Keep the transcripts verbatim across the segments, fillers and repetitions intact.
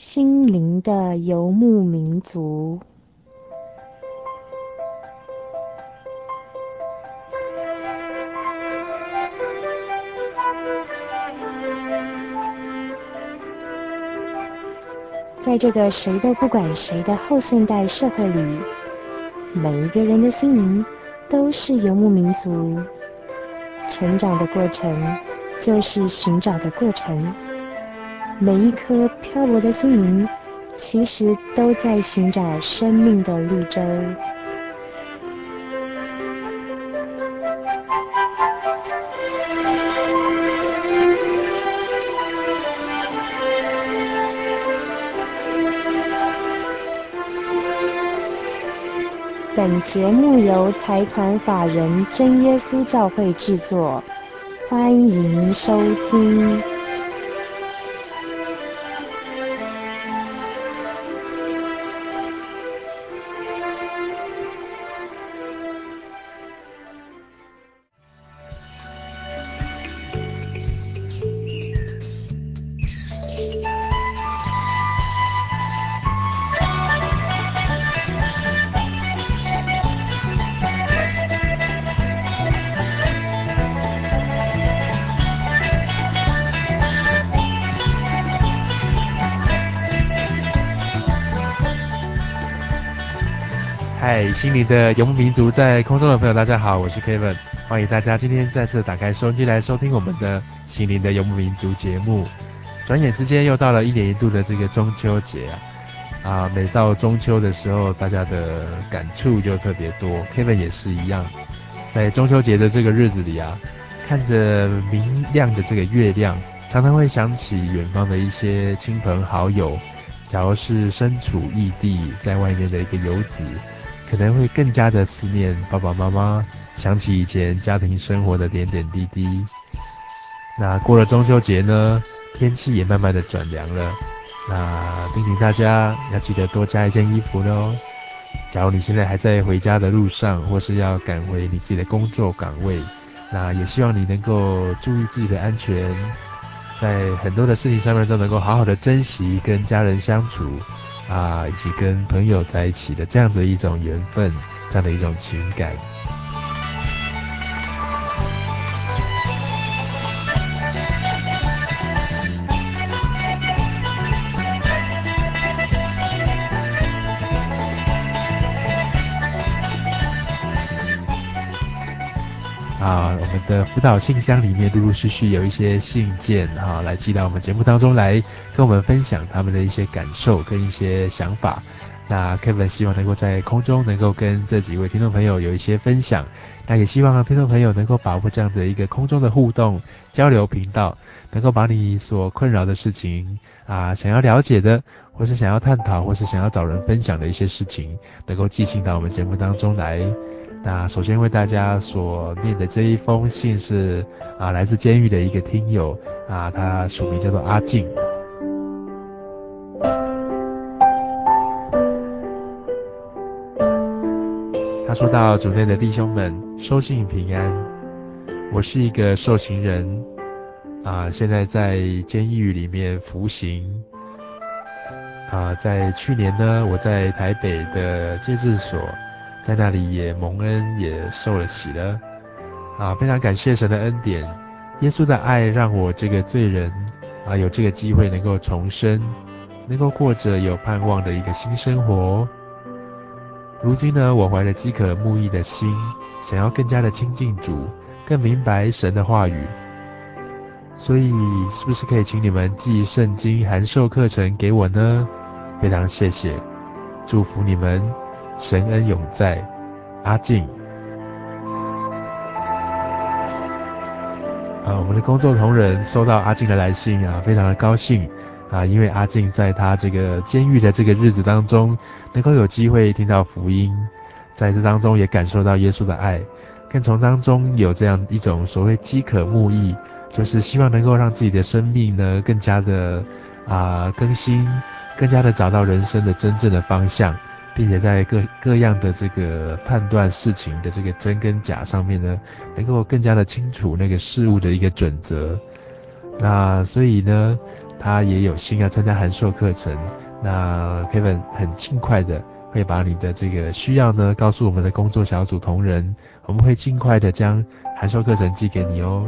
心灵的游牧民族。在这个谁都不管谁的后现代社会里，每一个人的心灵都是游牧民族。成长的过程就是寻找的过程，每一颗漂泊的心灵其实都在寻找生命的绿洲。本节目由财团法人真耶稣教会制作，欢迎收听。 嗨，心灵的游牧民族在空中的朋友大家好，我是 Kevin， 欢迎大家今天再次打开收音机来收听我们的心灵的游牧民族节目。转眼之间又到了一年一度的这个中秋节啊，啊，每到中秋的时候大家的感触就特别多， Kevin 也是一样。在中秋节的这个日子里啊，看着明亮的这个月亮，常常会想起远方的一些亲朋好友，假如是身处异地在外面的一个游子，可能会更加的思念爸爸妈妈，想起以前家庭生活的点点滴滴。那过了中秋节呢，天气也慢慢的转凉了，那叮咛大家要记得多加一件衣服咯。假如你现在还在回家的路上，或是要赶回你自己的工作岗位，那也希望你能够注意自己的安全，在很多的事情上面都能够好好的珍惜跟家人相处啊，以及跟朋友在一起的这样子一种缘分，这样的一种情感。啊，我们的辅导信箱里面陆陆续续有一些信件啊，来寄到我们节目当中来，跟我们分享他们的一些感受跟一些想法。那 Kevin 希望能够在空中能够跟这几位听众朋友有一些分享，那也希望听众朋友能够把握这样的一个空中的互动交流频道，能够把你所困扰的事情啊，想要了解的，或是想要探讨，或是想要找人分享的一些事情，能够寄信到我们节目当中来。那首先为大家所念的这一封信是啊，来自监狱的一个听友啊，他署名叫做阿静。他说到：主内的弟兄们，收信平安。我是一个受刑人啊，现在在监狱里面服刑啊。在去年呢，我在台北的戒治所，在那里也蒙恩，也受了洗了啊！非常感谢神的恩典，耶稣的爱让我这个罪人啊，有这个机会能够重生，能够过着有盼望的一个新生活。如今呢，我怀着饥渴慕义的心，想要更加的亲近主，更明白神的话语。所以，是不是可以请你们寄圣经函授课程给我呢？非常谢谢，祝福你们。神恩永在，阿静。啊，我们的工作同仁收到阿静的来信啊，非常的高兴啊，因为阿静在他这个监狱的这个日子当中，能够有机会听到福音，在这当中也感受到耶稣的爱，更从当中有这样一种所谓饥渴慕义，就是希望能够让自己的生命呢更加的啊更新，更加的找到人生的真正的方向。并且在各各样的这个判断事情的这个真跟假上面呢，能够更加的清楚那个事物的一个准则。那所以呢， 他也有心要参加函授课程，那 Kevin 很尽快的会把你的这个需要呢告诉我们的工作小组同仁，我们会尽快的将函授课程寄给你哦。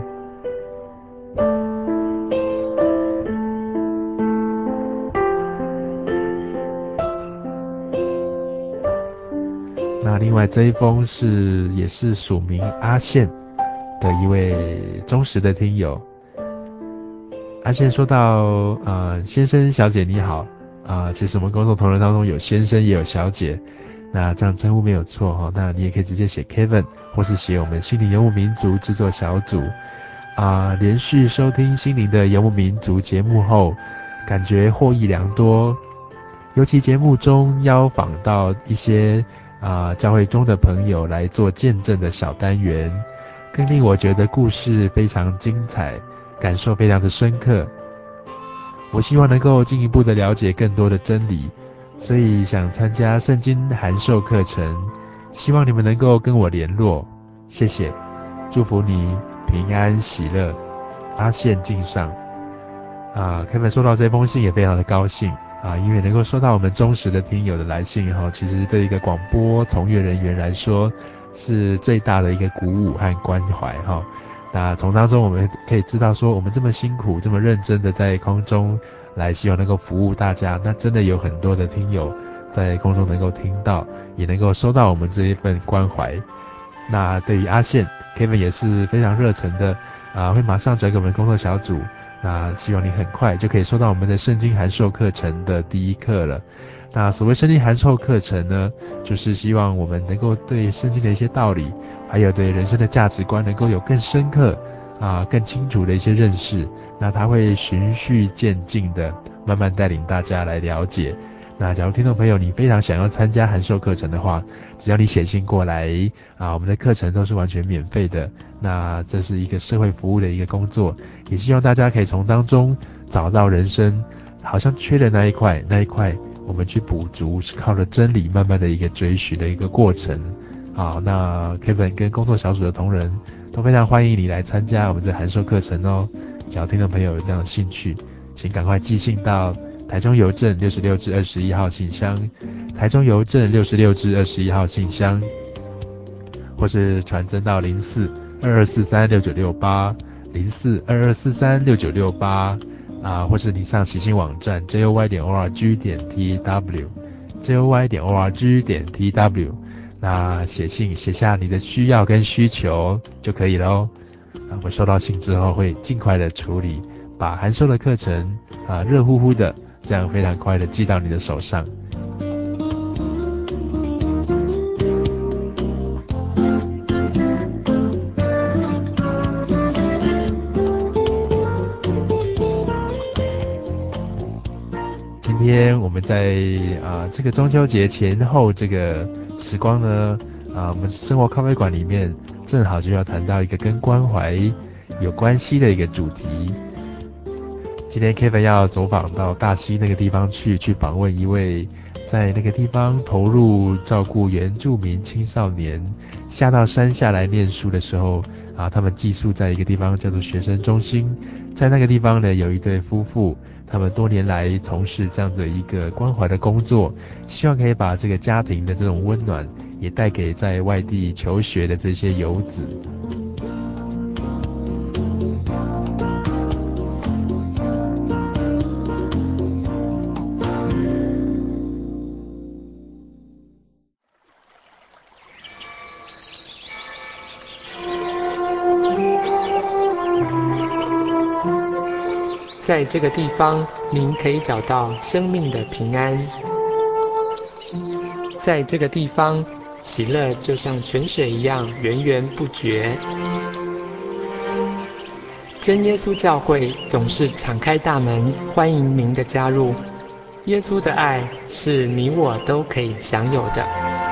那另外这一封是也是署名阿宪的一位忠实的听友。阿宪说到，呃，先生小姐你好，啊、呃，其实我们工作同仁当中有先生也有小姐，那这样称呼没有错哈、哦，那你也可以直接写 Kevin， 或是写我们心灵游牧民族制作小组。啊、呃，连续收听心灵的游牧民族节目后，感觉获益良多，尤其节目中邀访到一些啊、呃、教会中的朋友来做见证的小单元，更令我觉得故事非常精彩，感受非常的深刻。我希望能够进一步的了解更多的真理，所以想参加圣经函授课程，希望你们能够跟我联络，谢谢，祝福你平安喜乐，阿宪敬上。啊 Kevin 收到这封信也非常的高兴啊，因为能够收到我们忠实的听友的来信哈，其实对一个广播从业人员来说是最大的一个鼓舞和关怀哈。那从当中我们可以知道说，我们这么辛苦这么认真的在空中来希望能够服务大家，那真的有很多的听友在空中能够听到，也能够收到我们这一份关怀。那对于阿宪 Kevin 也是非常热忱的啊，会马上转给我们工作小组，那希望你很快就可以收到我们的圣经函授课程的第一课了。那所谓圣经函授课程呢，就是希望我们能够对圣经的一些道理，还有对人生的价值观能够有更深刻啊、更清楚的一些认识。那他会循序渐进的慢慢带领大家来了解。那假如听众朋友你非常想要参加函授课程的话，只要你写信过来啊，我们的课程都是完全免费的。那这是一个社会服务的一个工作，也希望大家可以从当中找到人生好像缺的那一块，那一块我们去补足，是靠着真理慢慢的一个追寻的一个过程。好，那 Kevin 跟工作小组的同仁都非常欢迎你来参加我们这函授课程哦。只要听众朋友有这样的兴趣，请赶快寄信到台中邮政六十六至二十一号信箱，台中邮政六十六至二十一号信箱，或是传真到零四二二四三六九六八 零四二二四三六九六八啊，或是你上喜信网站 joy 点 org 点 tw joy 点 org 点 tw， 那写信写下你的需要跟需求就可以了哦。啊，我收到信之后会尽快的处理，把函授的课程啊热乎乎的，这样非常快的寄到你的手上。今天我们在啊、呃、这个中秋节前后这个时光呢，啊、呃、我们生活咖啡馆里面正好就要谈到一个跟关怀有关系的一个主题。今天 Kevin 要走访到大溪那个地方去，去访问一位在那个地方投入照顾原住民青少年下到山下来念书的时候啊，他们寄宿在一个地方叫做学生中心，在那个地方呢有一对夫妇，他们多年来从事这样的一个关怀的工作，希望可以把这个家庭的这种温暖也带给在外地求学的这些游子。 在这个地方，您可以找到生命的平安。在这个地方，喜乐就像泉水一样源源不绝。真耶稣教会总是敞开大门，欢迎您的加入。耶稣的爱是你我都可以享有的。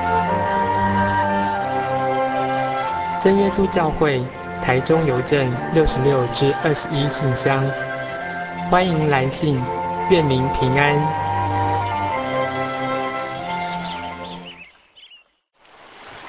真耶稣教会，台中邮政六十六至二十一信箱。欢迎来信，愿您平安。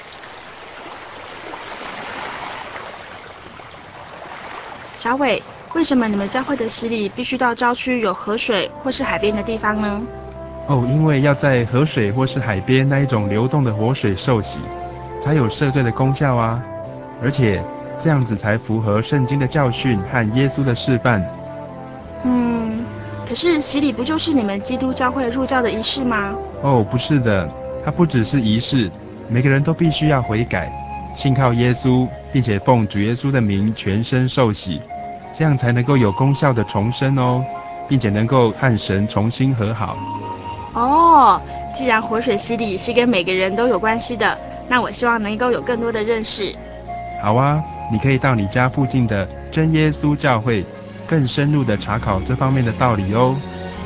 小伟， 为什么你们教会的洗礼必须到郊区有河水或是海边的地方呢？ 哦，因为要在河水或是海边那一种流动的活水受洗，才有赦罪的功效啊。而且这样子才符合圣经的教训和耶稣的示范。 嗯，可是洗礼不就是你们基督教会入教的仪式吗？ 哦，不是的，它不只是仪式，每个人都必须要悔改，信靠耶稣，并且奉主耶稣的名全身受洗，这样才能够有功效的重生哦，并且能够和神重新和好。 哦，既然活水洗礼是跟每个人都有关系的，那我希望能够有更多的认识。 好啊，你可以到你家附近的真耶稣教会，更深入的查考这方面的道理哦。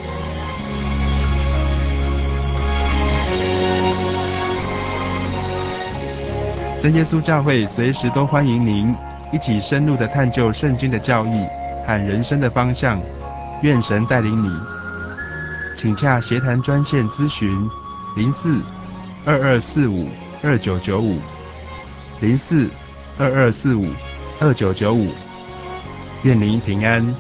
真耶稣教会随时都欢迎您一起深入的探究圣经的教义和人生的方向，愿神带领你。请洽协谈专线咨询零四二二四五二九九五零四二二四五二九九五，愿您平安。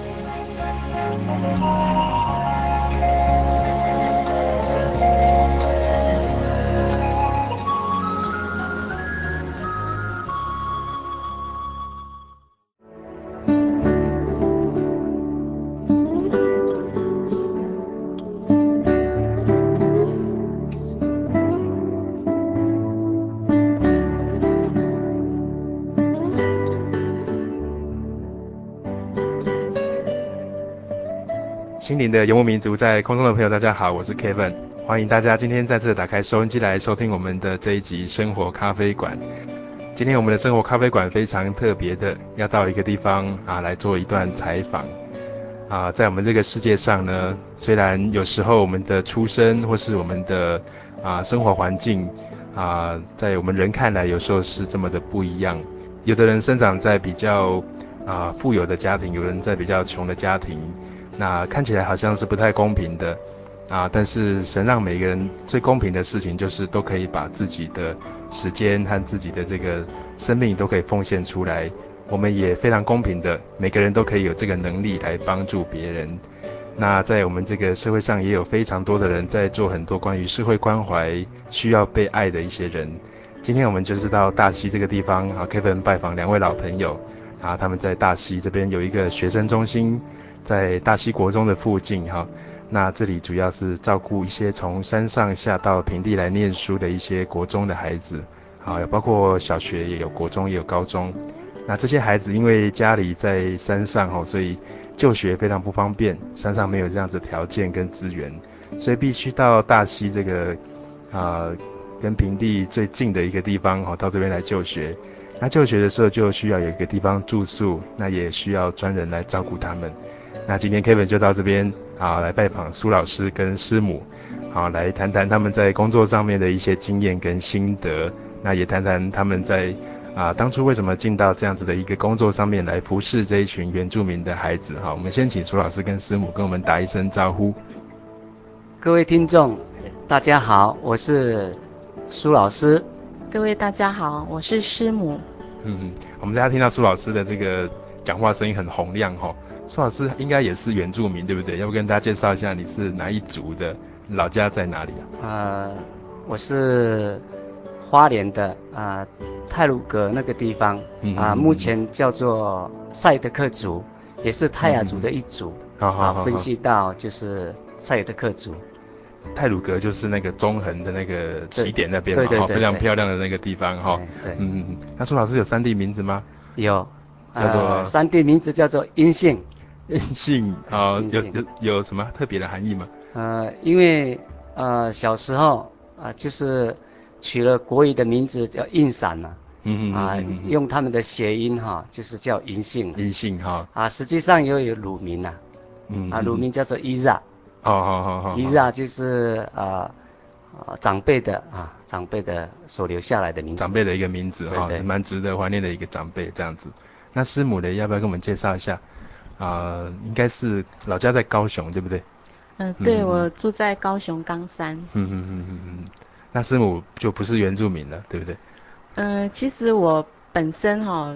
心灵的游牧民族，在空中的朋友大家好，我是 Kevin， 欢迎大家今天再次打开收音机来收听我们的这一集生活咖啡馆。今天我们的生活咖啡馆非常特别的，要到一个地方啊来做一段采访啊。在我们这个世界上呢，虽然有时候我们的出身或是我们的啊生活环境啊，在我们人看来有时候是这么的不一样，有的人生长在比较啊富有的家庭，有人在比较穷的家庭，那看起来好像是不太公平的啊，但是神让每个人最公平的事情就是都可以把自己的时间和自己的这个生命都可以奉献出来。我们也非常公平的，每个人都可以有这个能力来帮助别人。那在我们这个社会上也有非常多的人在做很多关于社会关怀需要被爱的一些人。今天我们就是到大溪这个地方啊 Kevin 拜访两位老朋友啊，他们在大溪这边有一个学生中心，在大溪国中的附近哈，那这里主要是照顾一些从山上下到平地来念书的一些国中的孩子，好，包括小学也有，国中也有，高中。那这些孩子因为家里在山上哈，所以就学非常不方便，山上没有这样子条件跟资源，所以必须到大溪这个啊、呃、跟平地最近的一个地方哈，到这边来就学。那就学的时候就需要有一个地方住宿，那也需要专人来照顾他们。那今天 Kevin 就到这边啊，来拜访苏老师跟师母，好，来谈谈他们在工作上面的一些经验跟心得，那也谈谈他们在啊当初为什么进到这样子的一个工作上面来服侍这一群原住民的孩子。好，我们先请苏老师跟师母跟我们打一声招呼。 各位听众大家好，我是苏老师。 各位大家好，我是师母。 嗯，我们大家听到苏老师的这个讲话声音很洪亮哈。苏老师应该也是原住民对不对？要不跟大家介绍一下你是哪一族的，老家在哪里啊？ 呃，我是花莲的啊，太鲁阁那个地方啊、 嗯呃，目前叫做赛德克族，也是泰雅族的一族。 好好好， 分析到就是赛德克族。 太鲁阁就是那个中横的那个起点那边嘛， 对对 对, 对， 非常漂亮的那个地方哈。 对， 嗯嗯。那苏老师有山地名字吗？ 有， 叫做、 呃、山地名字叫做阴性。 阴性啊、呃，有有有什么特别的含义吗？ 呃，因为呃小时候啊、呃，就是取了国语的名字叫印闪嘛， 嗯嗯啊、呃，用他们的谐音哈，就是叫银杏。 银杏哈。啊， 实际上又有乳名呐，嗯啊，乳名叫做伊拉。 哦好好好。 伊拉就是啊啊长辈的啊长辈的所留下来的名字。 长辈的一个名字哈，蛮值得怀念的一个长辈这样子。那师母呢，要不要跟我们介绍一下？啊、呃，应该是老家在高雄，对不对？ 嗯、呃，对，嗯、我住在高雄冈山。 嗯嗯嗯嗯嗯。那师母就不是原住民了，对不对？ 嗯、呃，其实我本身哈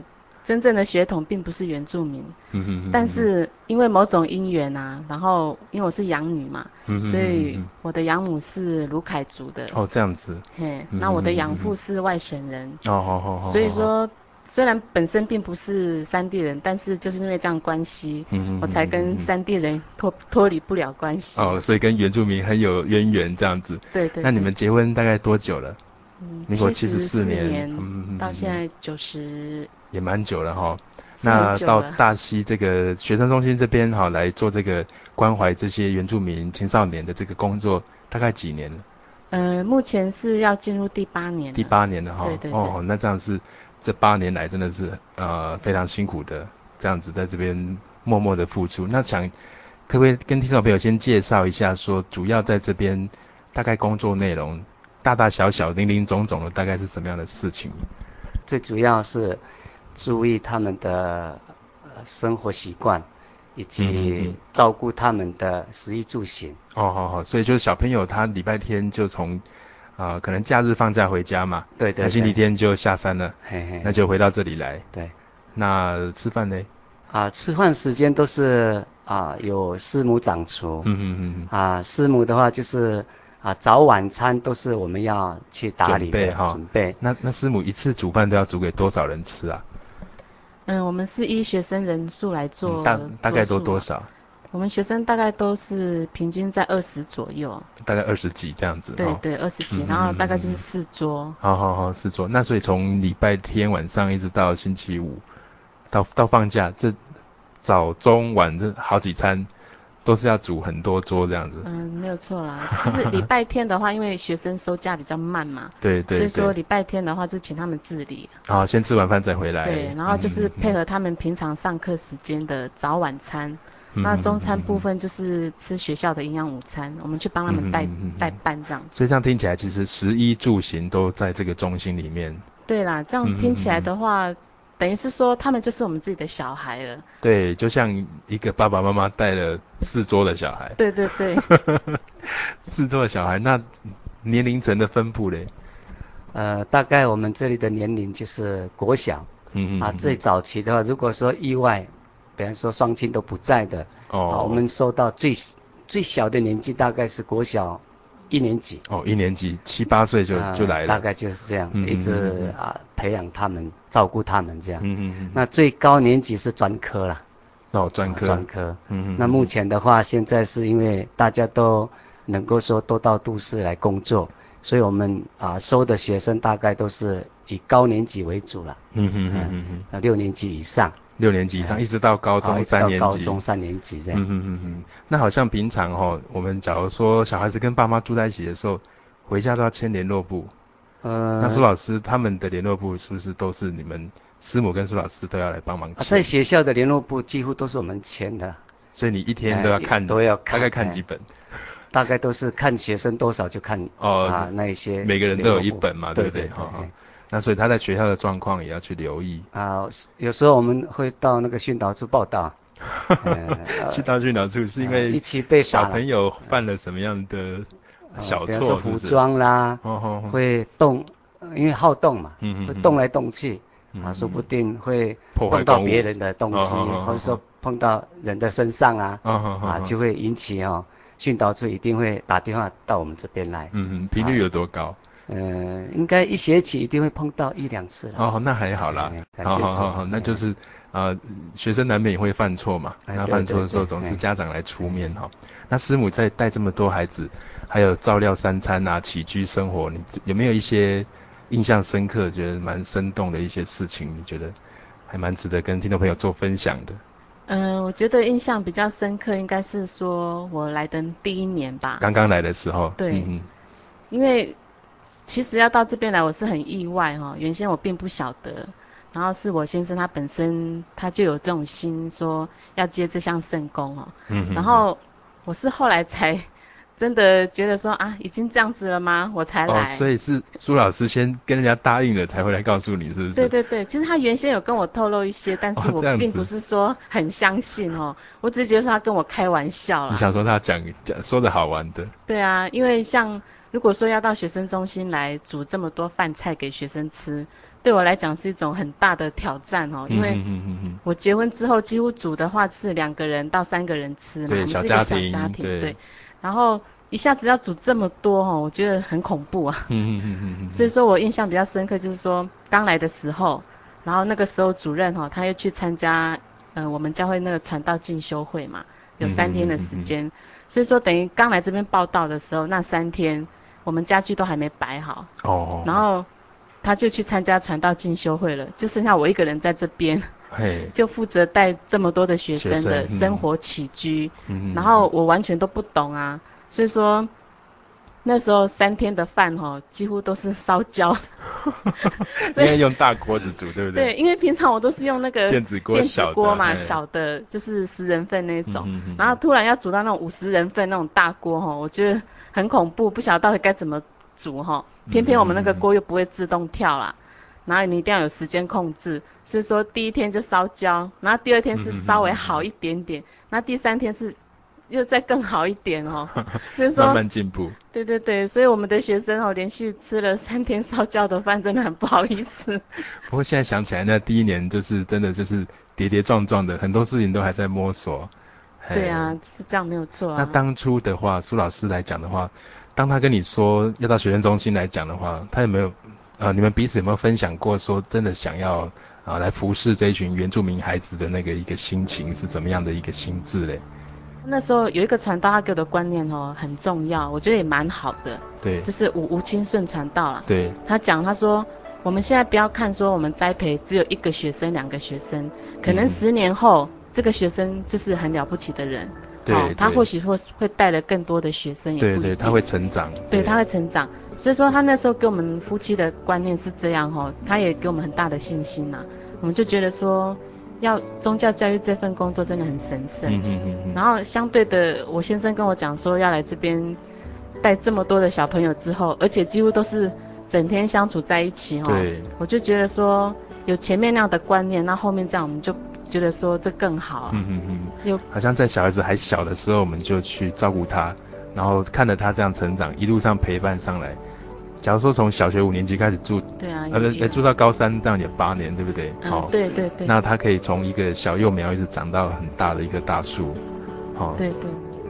真正的血统并不是原住民， 嗯哼哼， 但是因为某种因缘啊，然后因为我是养女嘛， 嗯哼哼， 所以我的养母是卢凯族的。 哦，这样子。 嘿，那我的养父是外省人。 哦哦哦哦。 所以说，虽然本身并不是山地人，但是就是因为这样关系， 嗯我才跟山地人脱脱离不了关系。 哦，所以跟原住民很有渊源这样子。 对 对, 对。 那你们结婚大概多久了？ 嗯， 民国七十四年， 嗯， 到现在九十， 也蛮久了哈。那到大溪这个学生中心这边哈来做这个关怀这些原住民青少年的这个工作，大概几年了？ 呃，目前是要进入第八年。 第八年了哈。 对对对。 哦，那这样是这八年来真的是呃非常辛苦的，这样子在这边默默的付出。那想可不可以跟听众朋友先介绍一下，说主要在这边大概工作内容？大大小小、零零总总的，大概是什么样的事情？ 最主要是注意他们的呃生活习惯，以及照顾他们的食衣住行。 哦，好好，所以就是小朋友他礼拜天就从啊、呃、可能假日放假回家嘛， 对 对, 对， 那星期天就下山了， 嘿嘿， 那就回到这里来。 对， 那吃饭呢？ 啊，吃饭时间都是啊有师母掌厨。 嗯嗯嗯。 啊，师母的话就是。啊，早晚餐都是我们要去打理的准备哈。 准备。 那那师母一次煮饭都要煮给多少人吃啊？ 嗯，我们是依学生人数来做、 嗯、大大概都多少？ 我们学生大概都是平均在二十左右。 大概二十几这样子。 对对，二十几、嗯，然后大概就是四桌。 好好好，四桌。那所以从礼拜天晚上一直到星期五，到到放假，这早中晚这好几餐。都是要煮很多桌这样子。 嗯，没有错啦。就是礼拜天的话，因为学生收假比较慢嘛， 对对对，所以说礼拜天的话就请他们自理。 啊、哦，先吃完饭再回来。 对，然后就是配合他们平常上课时间的早晚餐。嗯、那中餐部分就是吃学校的营养午餐，我们去帮他们代、嗯、代办这样子。 所以这样听起来，其实食衣住行都在这个中心里面。 对啦，这样听起来的话。嗯等于是说，他们就是我们自己的小孩了。 对，就像一个爸爸妈妈带了四桌的小孩。 对对对。 四桌的小孩，那年龄层的分布嘞？ 呃，大概我们这里的年龄就是国小。嗯嗯。啊，最早期的话，如果说意外，比方说双亲都不在的，哦，啊、我们收到最最小的年纪大概是国小。一年级哦，一年级七八岁就、呃、就来了， 大概就是这样，嗯、一直啊培养他们，照顾他们这样。 嗯嗯嗯。 那最高年级是专科了。 哦，专科。 专、啊、科。嗯嗯。 那目前的话，现在是因为大家都能够说都到都市来工作，所以我们啊收的学生大概都是以高年级为主了。 嗯嗯嗯嗯嗯。六年级以上。 六年级以上、嗯、一直到高中三年级， 高中三年级这样。 嗯嗯嗯嗯。那好像平常哦，我们假如说小孩子跟爸妈住在一起的时候，回家都要签联络簿。呃，那苏老师他们的联络簿是不是都是你们师母跟苏老师都要来帮忙签？ 啊、在学校的联络簿几乎都是我们签的。 所以你一天都要看， 呃、都要看， 大概看几本？ 大概都是看学生多少就看哦啊那一些。 每个人都有一本嘛，对不对？ 对对对。 好好。那所以他在学校的状况也要去留意啊。有时候我们会到那个训导处报道。 呃、去到训导处是因为一起被小朋友犯了什么样的小错？ 比如说服装啦， 哦哦哦、 会动，因为好动嘛， 嗯嗯嗯、 会动来动去，嗯、啊，说不定会碰到别人的东西， 哦、 或者说碰到人的身上啊， 哦、 啊，就会引起哦，训导处一定会打电话到我们这边来。 嗯嗯，频率有多高？ 呃，应该一学期一定会碰到一两次了。 哦，那还好啦。 哎、好好好好，那就是呃，学生难免也会犯错嘛。 哎、 那犯错的时候总是家长来出面哈。那师母在带这么多孩子，还有照料三餐啊、起居生活，你有没有一些印象深刻、觉得蛮生动的一些事情？你觉得还蛮值得跟听众朋友做分享的？ 嗯、呃，我觉得印象比较深刻，应该是说我来的第一年吧。 刚刚来的时候。 对。 嗯、 因为其实要到这边来，我是很意外哈、哦。原先我并不晓得，然后是我先生他本身他就有这种心，说要接这项圣工哦。嗯。然后我是后来才真的觉得说啊，已经这样子了吗？我才来。 哦，所以是苏老师先跟人家答应了，才会来告诉你，是不是？ 对对对，其实他原先有跟我透露一些，但是我并不是说很相信哦，我只是觉得说他跟我开玩笑啦。 你想说他讲讲说的好玩的？ 对啊，因为像。如果说要到学生中心来煮这么多饭菜给学生吃， 对我来讲是一种很大的挑战哦，因为我结婚之后几乎煮的话是两个人到三个人吃嘛， 对， 我们是一个小家庭，对，对，然后一下子要煮这么多哦，我觉得很恐怖啊。嗯嗯嗯嗯。所以说我印象比较深刻就是说刚来的时候，然后那个时候主任哈、哦，他又去参加呃我们教会那个传道进修会嘛，有三天的时间，所以说等于刚来这边报道的时候，那三天我们家具都还没摆好哦，然后他就去参加传道进修会了，就剩下我一个人在这边，就负责带这么多的学生的生活起居，嗯、然后我完全都不懂啊，所以说那时候三天的饭哈、哦，几乎都是烧焦， 因为用大锅子煮，对不对？ 对，因为平常我都是用那个电子锅， 电子锅嘛，小的就是十人份那种，嗯、然后突然要煮到那种五十人份那种大锅哈、哦，我觉得很恐怖，不晓得到底该怎么煮哈、哦。偏偏我们那个锅又不会自动跳啦，然后你一定要有时间控制，所以说第一天就烧焦，然后第二天是稍微好一点点，那、嗯、第三天是又再更好一点哦，所以说慢慢进步。 对对对，所以我们的学生哦，连续吃了三天烧焦的饭，真的很不好意思。 不过现在想起来，那第一年就是真的就是跌跌撞撞的，很多事情都还在摸索。 对啊，是这样没有错啊。 那当初的话，苏老师来讲的话，当他跟你说要到学生中心来讲的话，他有没有呃，你们彼此有没有分享过说真的想要啊、呃、来服侍这一群原住民孩子的那个一个心情是怎么样的一个心智嘞？ 那时候有一个传道，他给我的观念哦很重要，我觉得也蛮好的。 对， 就是吴吴清顺传道啦。 对， 他讲他说，我们现在不要看说我们栽培只有一个学生、两个学生，可能十年后、嗯、这个学生就是很了不起的人。 对， 哦，他或许会会带了更多的学生，也不一定。 对对，他会成长。 对，他会成长。所以说他那时候给我们夫妻的观念是这样哦，他也给我们很大的信心呐、啊。我们就觉得说，要宗教教育这份工作真的很神圣。嗯嗯嗯。然后相对的，我先生跟我讲说要来这边带这么多的小朋友之后，而且几乎都是整天相处在一起哦。 对。 我就觉得说，有前面那样的观念，那后面这样我们就觉得说这更好、啊。嗯嗯嗯。 有好像在小孩子还小的时候，我们就去照顾他，然后看着他这样成长，一路上陪伴上来。假如说从小学五年级开始住， 对啊， 呃不，住到高三这样也八年，对不对？ 嗯，哦、对对对。 那他可以从一个小幼苗一直长到很大的一棵大树， 好、哦。对对。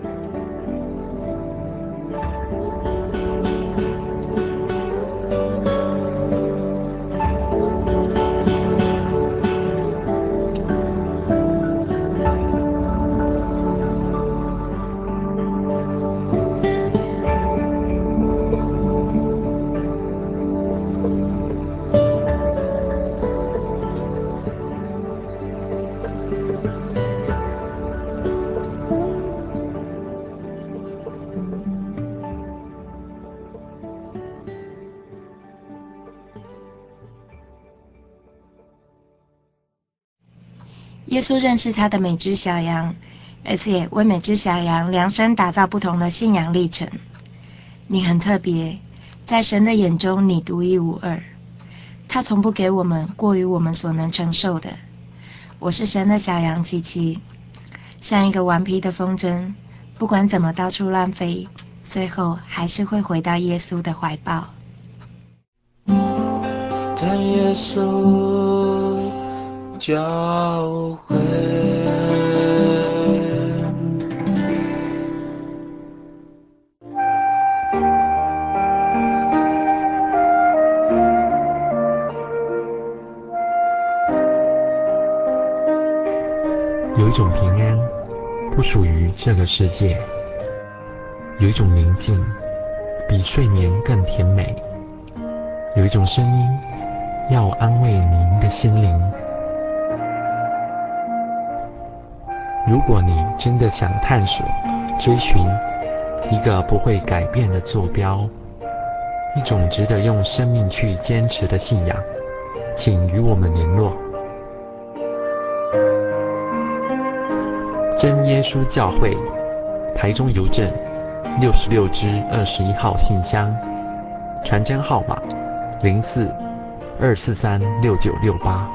耶稣认识他的每只小羊，而且为每只小羊量身打造不同的信仰历程。你很特别，在神的眼中你独一无二，他从不给我们过于我们所能承受的。我是神的小羊琪琪，像一个顽皮的风筝，不管怎么到处乱飞，最后还是会回到耶稣的怀抱。 在耶稣教会， 有一种平安不属于这个世界，有一种宁静比睡眠更甜美，有一种声音要安慰您的心灵。如果你真的想探索、追寻一个不会改变的坐标，一种值得用生命去坚持的信仰，请与我们联络。真耶稣教会，台中邮政六十六支二十一号信箱，传真号码零四二四三六九六八。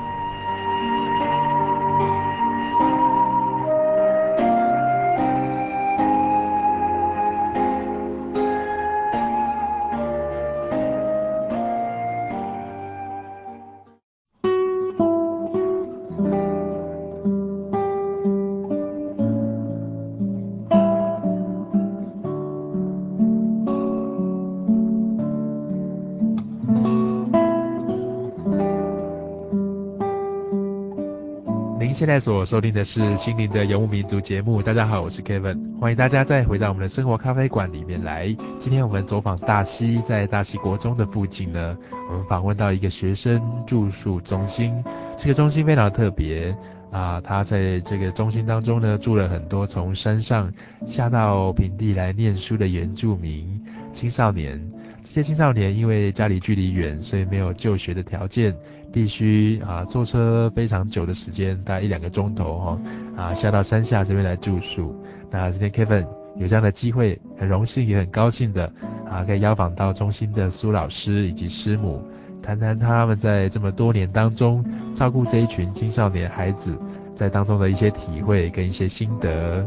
现在所收听的是心灵的游牧民族节目。大家好，我是 Kevin， 欢迎大家再回到我们的生活咖啡馆里面来。今天我们走访大溪，在大溪国中的附近呢，我们访问到一个学生住宿中心。这个中心非常特别啊，他在这个中心当中呢，住了很多从山上下到平地来念书的原住民青少年。这些青少年因为家里距离远，所以没有就学的条件，必须啊坐车非常久的时间，大概一两个钟头哈啊下到山下这边来住宿。那今天 Kevin 有这样的机会，很荣幸也很高兴的啊可以邀访到中心的苏老师以及师母，谈谈他们在这么多年当中照顾这一群青少年孩子在当中的一些体会跟一些心得。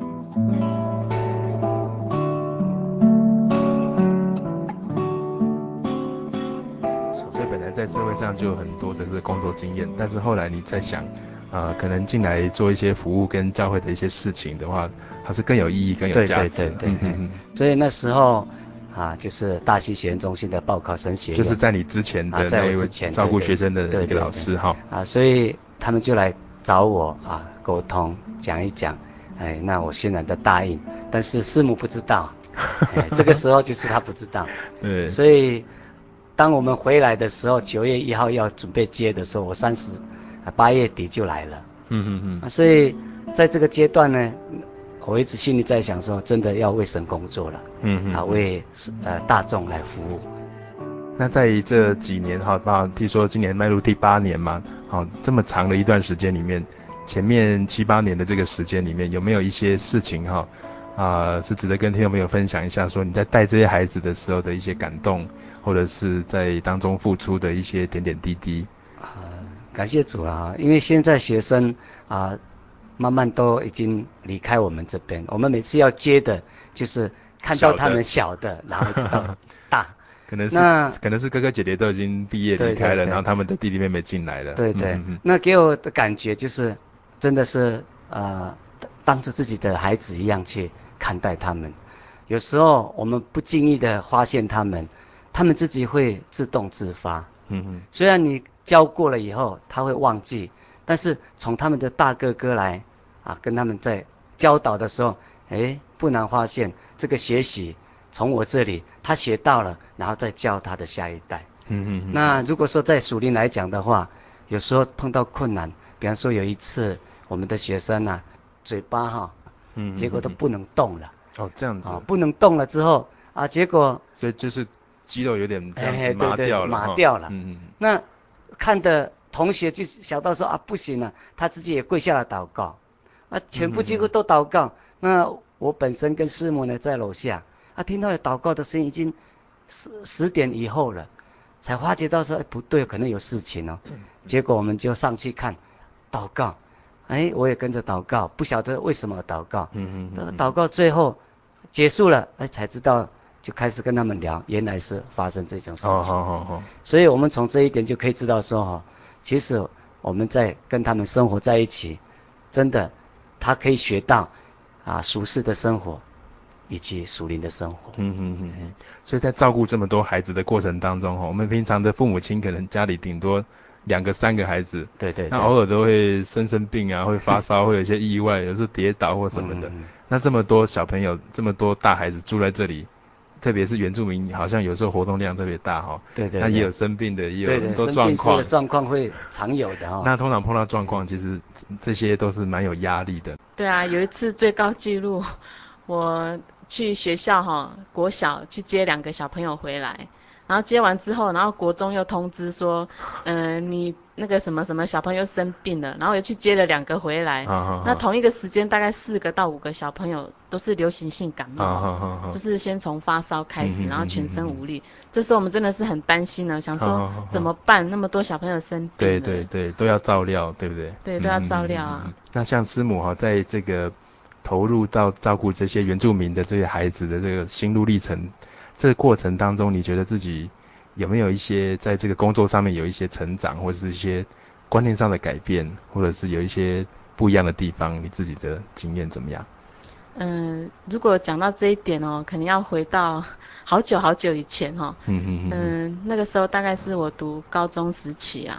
在社会上就有很多的这个工作经验，但是后来你在想，呃，可能进来做一些服务跟教会的一些事情的话，它是更有意义、更有价值的。 对对对对。嗯嗯。所以那时候啊，就是大溪学院中心的报考生学院， 就是在你之前的那一位照顾学生的一个老师哈。 啊，所以他们就来找我啊沟通讲一讲，哎，那我欣然的答应，但是师母不知道，哎，这个时候就是他不知道。 对。 所以。当我们回来的时候，九月一号要准备接的时候，我三十八月底就来了。 嗯嗯嗯、 啊。所以在这个阶段呢，我一直心里在想说，真的要为神工作了。 嗯嗯。 啊，为呃大众来服务。 那在这几年哈，譬如说今年迈入第八年嘛，好，这么长的一段时间里面，前面七八年的这个时间里面，有没有一些事情哈啊、呃、是值得跟听众朋友分享一下，说你在带这些孩子的时候的一些感动？或者是在当中付出的一些点点滴滴啊、呃，感谢主啊！因为现在学生啊、呃，慢慢都已经离开我们这边。我们每次要接的，就是看到他们小的，小的然后直到大。 可能是可能是哥哥姐姐都已经毕业离开了，然后他们的弟弟妹妹进来了。 对对， 嗯嗯那给我的感觉就是，真的是呃，当作自己的孩子一样去看待他们。有时候我们不经意的发现他们。他们自己会自动自发， 嗯嗯。 虽然你教过了以后他会忘记，但是从他们的大哥哥来啊，跟他们在教导的时候，哎，不难发现这个学习从我这里他学到了，然后再教他的下一代。 嗯嗯嗯。 那如果说在属灵来讲的话，有时候碰到困难，比方说有一次我们的学生啊，嘴巴哈，嗯，结果都不能动了。 哦，这样子。 啊，不能动了之后啊，结果所以就是。肌肉有点这样子麻掉了， 哎、麻掉了。 嗯嗯。 那看的同学就小到说啊不行了，他自己也跪下了祷告，啊全部几乎都祷告。嗯嗯嗯。那我本身跟师母呢在楼下，啊听到有祷告的声音已经十十点以后了，才发觉到说哎不对，可能有事情哦。嗯嗯。结果我们就上去看，祷告，哎我也跟着祷告，不晓得为什么祷告。嗯嗯嗯。祷告最后结束了，哎才知道。就开始跟他们聊，原来是发生这种事情。 哦，好好好。 所以我们从这一点就可以知道说哈，其实我们在跟他们生活在一起，真的，他可以学到啊俗世的生活，以及属灵的生活。 嗯嗯嗯嗯。所以在照顾这么多孩子的过程当中哈，我们平常的父母亲可能家里顶多两个三个孩子， 对 对, 对。 那偶尔都会生生病啊，会发烧，会有一些意外，有时候跌倒或什么的。嗯嗯。那这么多小朋友，这么多大孩子住在这里。特别是原住民，好像有时候活动量特别大哈。 对 对, 对。 那也有生病的，也有很多状况。 对对，状况会常有的哈。 那通常碰到状况，其实这些都是蛮有压力的。 对啊，有一次最高纪录，我去学校哈，国小去接两个小朋友回来，然后接完之后，然后国中又通知说，嗯、呃，你那个什么什么小朋友生病了，然后又去接了两个回来。啊啊啊那同一个时间，大概四个到五个小朋友都是流行性感冒，啊啊啊啊就是先从发烧开始，嗯、然后全身无力。嗯、这时候我们真的是很担心了，想说怎么办？啊啊啊那么多小朋友生病。 对对对，都要照料，对不对？ 对，都要照料啊。 嗯嗯嗯那像师母哈，在这个投入到照顾这些原住民的这些孩子的这个心路历程，这个过程当中，你觉得自己有没有一些在这个工作上面有一些成长，或者是一些观念上的改变，或者是有一些不一样的地方？你自己的经验怎么样？ 嗯，如果讲到这一点哦，可能要回到好久好久以前哦。嗯嗯嗯。嗯，那个时候大概是我读高中时期啊，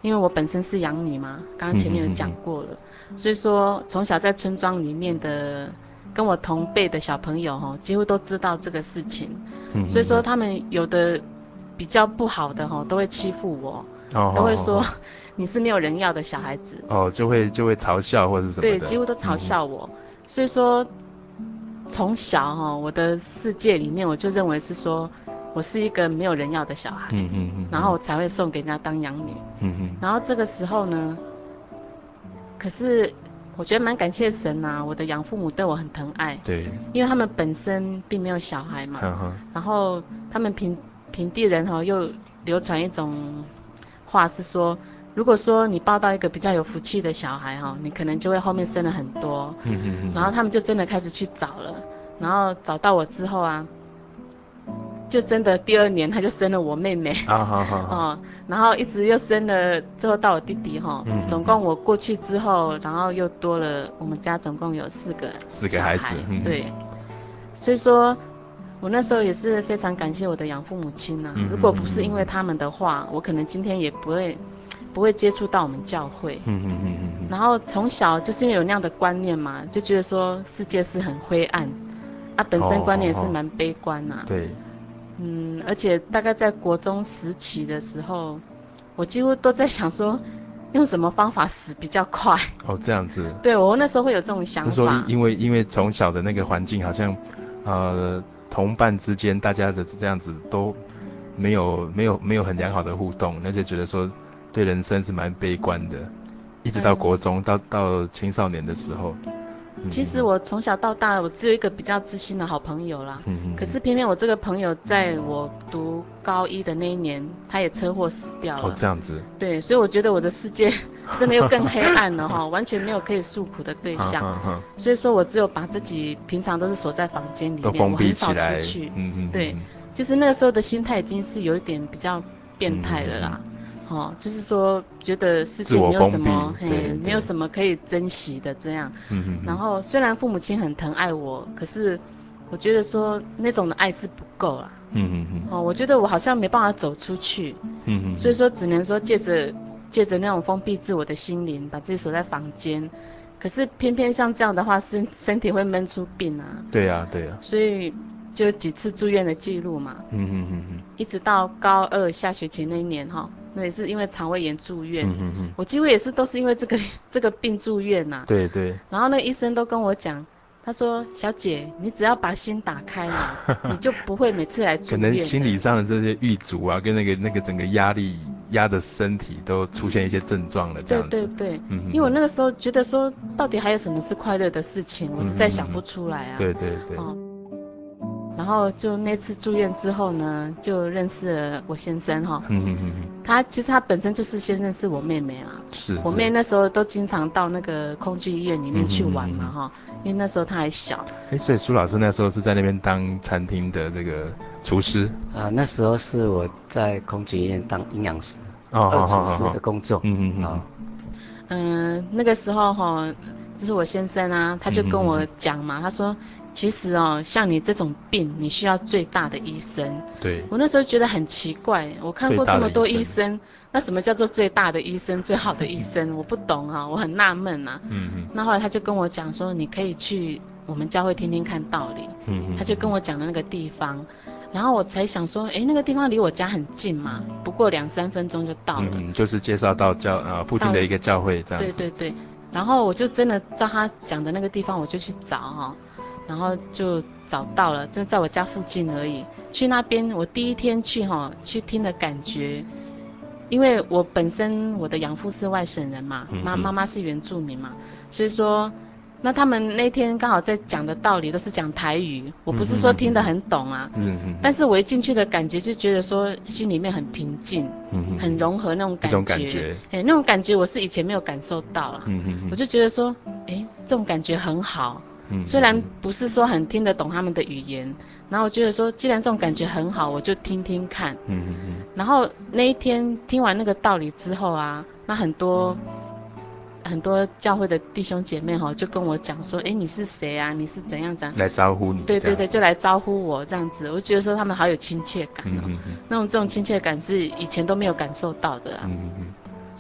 因为我本身是养女嘛，刚刚前面有讲过了，嗯嗯嗯，所以说从小在村庄里面的跟我同辈的小朋友哈，几乎都知道这个事情，嗯嗯嗯，所以说他们有的比较不好的哈，都会欺负我，哦，都会说，哦，你是没有人要的小孩子， 哦，就会就会嘲笑或者是什么的， 对，几乎都嘲笑我，嗯嗯，所以说从小哈，我的世界里面我就认为是说我是一个没有人要的小孩，嗯嗯嗯，然后我才会送给人家当养女，嗯嗯，然后这个时候呢，可是我觉得蛮感谢神啊，我的养父母对我很疼爱， 对， 因为他们本身并没有小孩嘛，呵呵，然后他们平平地人哈又流传一种话是说，如果说你抱到一个比较有福气的小孩哈，你可能就会后面生了很多，嗯嗯嗯，然后他们就真的开始去找了，然后找到我之后啊，就真的第二年他就生了我妹妹，啊好好好，哦，然后一直又生了，最后到我弟弟哈，嗯，总共我过去之后，然后又多了，我们家总共有四个四个孩子， 嗯，对，所以说我那时候也是非常感谢我的养父母亲啊，嗯，如果不是因为他们的话，我可能今天也不会不会接触到我们教会，嗯嗯嗯嗯，然后从小就是因为有那样的观念嘛，就觉得说世界是很灰暗，啊，本身观念也是蛮悲观啊， 哦哦哦，对。 嗯，而且大概在国中时期的时候，我几乎都在想说，用什么方法死比较快。 哦，这样子。 对，我那时候会有这种想法。 就是说因为因为从小的那个环境，好像呃同伴之间大家的这样子都没有没有没有很良好的互动，那就觉得说对人生是蛮悲观的，一直到国中、嗯、到到青少年的时候。 其实我从小到大，我只有一个比较知心的好朋友啦。嗯嗯。可是偏偏我这个朋友，在我读高一的那一年，他也车祸死掉了。 哦，这样子。 对，所以我觉得我的世界真的又更黑暗了哈，完全没有可以诉苦的对象。所以说我只有把自己平常都是锁在房间里面， 都封闭起来， 我很少出去。嗯嗯。对，其实那个时候的心态已经是有一点比较变态了啦。嗯哦，就是说觉得世界没有什么，嘿，没有什么可以珍惜的这样。嗯嗯。然后虽然父母亲很疼爱我，可是我觉得说那种的爱是不够啦。嗯嗯嗯。哦，我觉得我好像没办法走出去。嗯嗯。所以说只能说借着借着那种封闭自我的心灵，把自己锁在房间。可是偏偏像这样的话，身身体会闷出病啊。 对啊对啊。 所以就几次住院的记录嘛。嗯嗯嗯嗯。一直到高二下学期那一年哈。那也是因为肠胃炎住院，嗯嗯嗯，我几乎也是都是因为这个这个病住院呐、啊。 对对。 然后那医生都跟我讲，他说：“小姐，你只要把心打开嘛，你就不会每次来住院。” 可能心理上的这些郁阻啊，跟那个那个整个压力压的身体都出现一些症状了，这样子。 对对对，嗯，因为我那个时候觉得说，到底还有什么是快乐的事情，我实在想不出来啊。 嗯、对对对。哦。 然后就那次住院之后呢，就认识了我先生哈。嗯嗯嗯。他其实他本身就是先认识我妹妹啊。 是。 我妹那时候都经常到那个空军医院里面去玩嘛哈、嗯，因为那时候她还小。 哎，所以苏老师那时候是在那边当餐厅的这个厨师。 啊，那时候是我在空军医院当营养师，哦，二厨师的工作。嗯嗯嗯。 嗯，那个时候哈，就是我先生啊，他就跟我讲嘛，他说。其实哦，像你这种病，你需要最大的医生。 对。 我那时候觉得很奇怪，我看过这么多医生，那什么叫做最大的医生、最好的医生？我不懂啊，我很纳闷啊。嗯嗯。那后来他就跟我讲说，你可以去我们教会听听看道理。嗯嗯。他就跟我讲的那个地方，然后我才想说，哎，那个地方离我家很近嘛，不过两三分钟就到了。 嗯，就是介绍到教呃附近的一个教会这样子。对对对。然后我就真的照他讲的那个地方，我就去找哈。然后就找到了，就在我家附近而已。去那边，我第一天去哈，去听的感觉，因为我本身我的养父是外省人嘛，妈妈妈是原住民嘛，所以说，那他们那天刚好在讲的道理都是讲台语，我不是说听得很懂啊，嗯嗯，但是我一进去的感觉就觉得说心里面很平静，嗯很融合那种感觉， 那种感觉， 哎，那种感觉我是以前没有感受到啦，嗯嗯，我就觉得说，哎，这种感觉很好。虽然不是说很听得懂他们的语言，然后我觉得说，既然这种感觉很好，我就听听看。嗯嗯嗯。然后那一天听完那个道理之后啊，那很多很多教会的弟兄姐妹哈，就跟我讲说，哎，你是谁啊？你是怎样怎样？ 来招呼你。 对对对，就来招呼我这样子，我就觉得说他们好有亲切感哦。嗯嗯嗯。那种这种亲切感是以前都没有感受到的啊。嗯嗯嗯。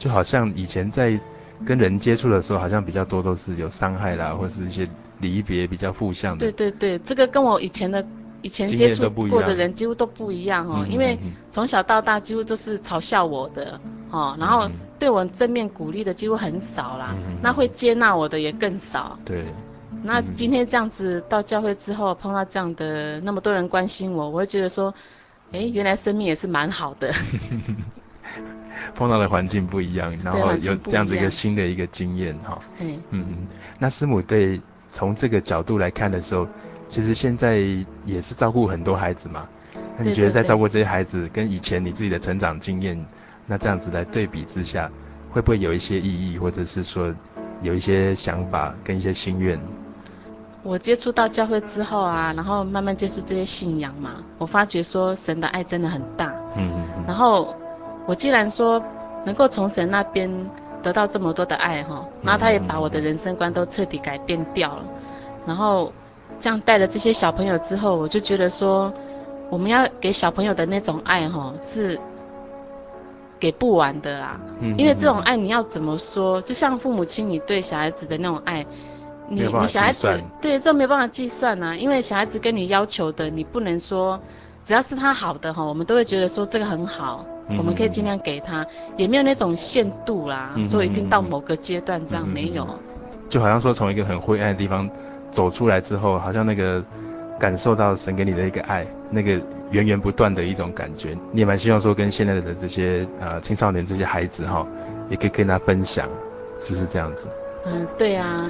就好像以前在跟人接触的时候，好像比较多都是有伤害啦，或是一些离别比较负向的。 对对对，这个跟我以前的以前接触过的人几乎都不一样哦，因为从小到大几乎都是嘲笑我的哦，然后对我正面鼓励的几乎很少啦，嗯、那会接纳我的也更少。 对。 那今天这样子到教会之后，碰到这样的那么多人关心我，我会觉得说，哎，原来生命也是蛮好的。 碰到的环境不一样，然后有这样子一个新的一个经验哈。嗯嗯，那师母对从这个角度来看的时候，其实现在也是照顾很多孩子嘛。那你觉得在照顾这些孩子跟以前你自己的成长经验，那这样子来对比之下，会不会有一些意义，或者是说有一些想法跟一些心愿？ 我接触到教会之后啊，然后慢慢接触这些信仰嘛，我发觉说神的爱真的很大。嗯嗯嗯。然后我既然说能够从神那边得到这么多的爱哈，然后他也把我的人生观都彻底改变掉了。然后这样带了这些小朋友之后，我就觉得说，我们要给小朋友的那种爱哈，是给不完的啦。嗯。因为这种爱你要怎么说？就像父母亲你对小孩子的那种爱。你你小孩子对这没有办法计算啊，因为小孩子跟你要求的，你不能说只要是他好的哈，我们都会觉得说这个很好，嗯、我们可以尽量给他，也没有那种限度啦，嗯、说一定到某个阶段这样、嗯、没有。 就好像说从一个很灰暗的地方走出来之后，好像那个感受到神给你的一个爱，那个源源不断的一种感觉，你也蛮希望说跟现在的这些呃青少年这些孩子哈，也可以跟他分享，是不是这样子？ 嗯，对啊。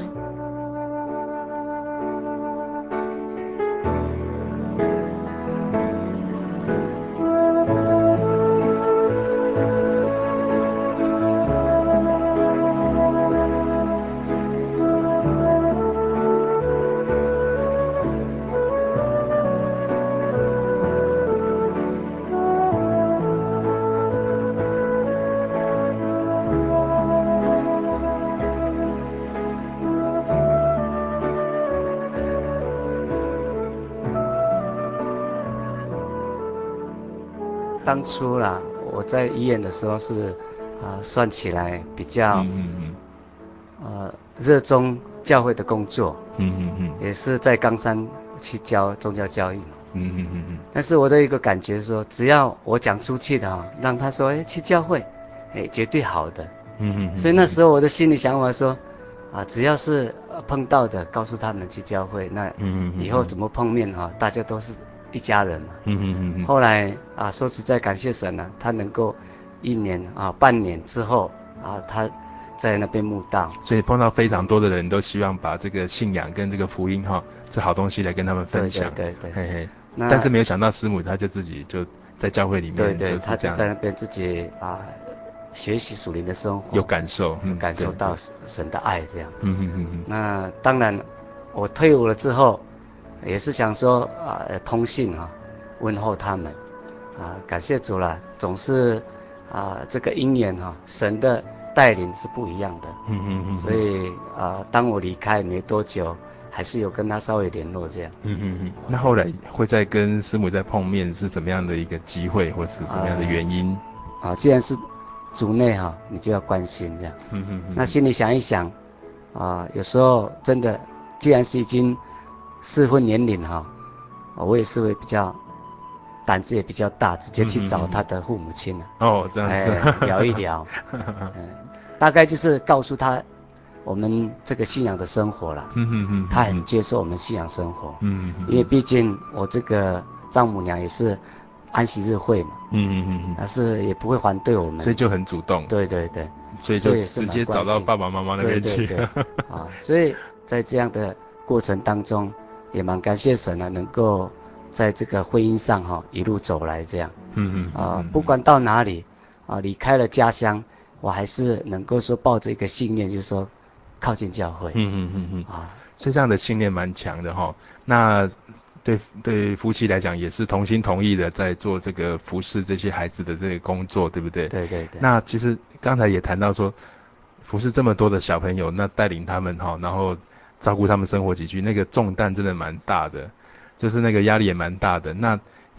当初啦，我在医院的时候是，啊、呃，算起来比较，嗯嗯呃，热衷教会的工作，嗯嗯嗯，也是在冈山去教宗教教育嘛，嗯嗯嗯嗯。但是我的一个感觉说，只要我讲出去的哈，让他说，哎，去教会，哎，绝对好的，嗯嗯嗯。所以那时候我的心里想法说，啊，只要是碰到的，告诉他们去教会，那以后怎么碰面哈，大家都是一家人嘛。嗯嗯嗯。后来啊，说实在感谢神啊，他能够一年啊半年之后啊，他在那边慕道。 所以碰到非常多的人都希望把这个信仰跟这个福音哈，这好东西来跟他们分享。 对对对。 嘿嘿。但是没有想到师母她就自己就在教会里面， 对对， 他就在那边自己啊学习属灵的生活， 有感受， 嗯、感受到神的爱这样。嗯嗯嗯嗯。那当然，我退伍了之后。也是想说啊、呃，通信啊，问候他们啊，感谢主了，总是啊这个因缘哈，神的带领是不一样的，嗯嗯嗯，所以啊，当我离开没多久，还是有跟他稍微联络这样， 嗯嗯嗯。那后来会再跟师母再碰面，是怎么样的一个机会，或是什么样的原因？ 啊，啊既然是主内哈，你就要关心这样，嗯嗯嗯。那心里想一想，啊，有时候真的，既然是已经适婚年龄哈，我也是会比较胆子也比较大，直接去找他的父母亲了。 哦，这样子、 哎、聊一聊、嗯，大概就是告诉他我们这个信仰的生活了。嗯嗯嗯，他很接受我们信仰生活。嗯嗯，因为毕竟我这个丈母娘也是安息日会嘛。嗯嗯嗯，但是也不会反对我们， 所以就很主动。 对对对， 所以就直接找到爸爸妈妈那边去。 对对对啊，所以在这样的过程当中。也蛮感谢神啊，能够在这个婚姻上哈、哦、一路走来这样，嗯嗯啊、呃，不管到哪里啊，离开了家乡，我还是能够说抱着一个信念，就是说靠近教会，嗯嗯嗯嗯啊，所以这样的信念蛮强的哈、哦。那对对夫妻来讲也是同心同意的在做这个服侍这些孩子的这个工作，对不对？ 对对对。 那其实刚才也谈到说，服侍这么多的小朋友，那带领他们哈、哦，然后照顾他们生活起居，那个重担真的蛮大的，就是那个压力也蛮大的。那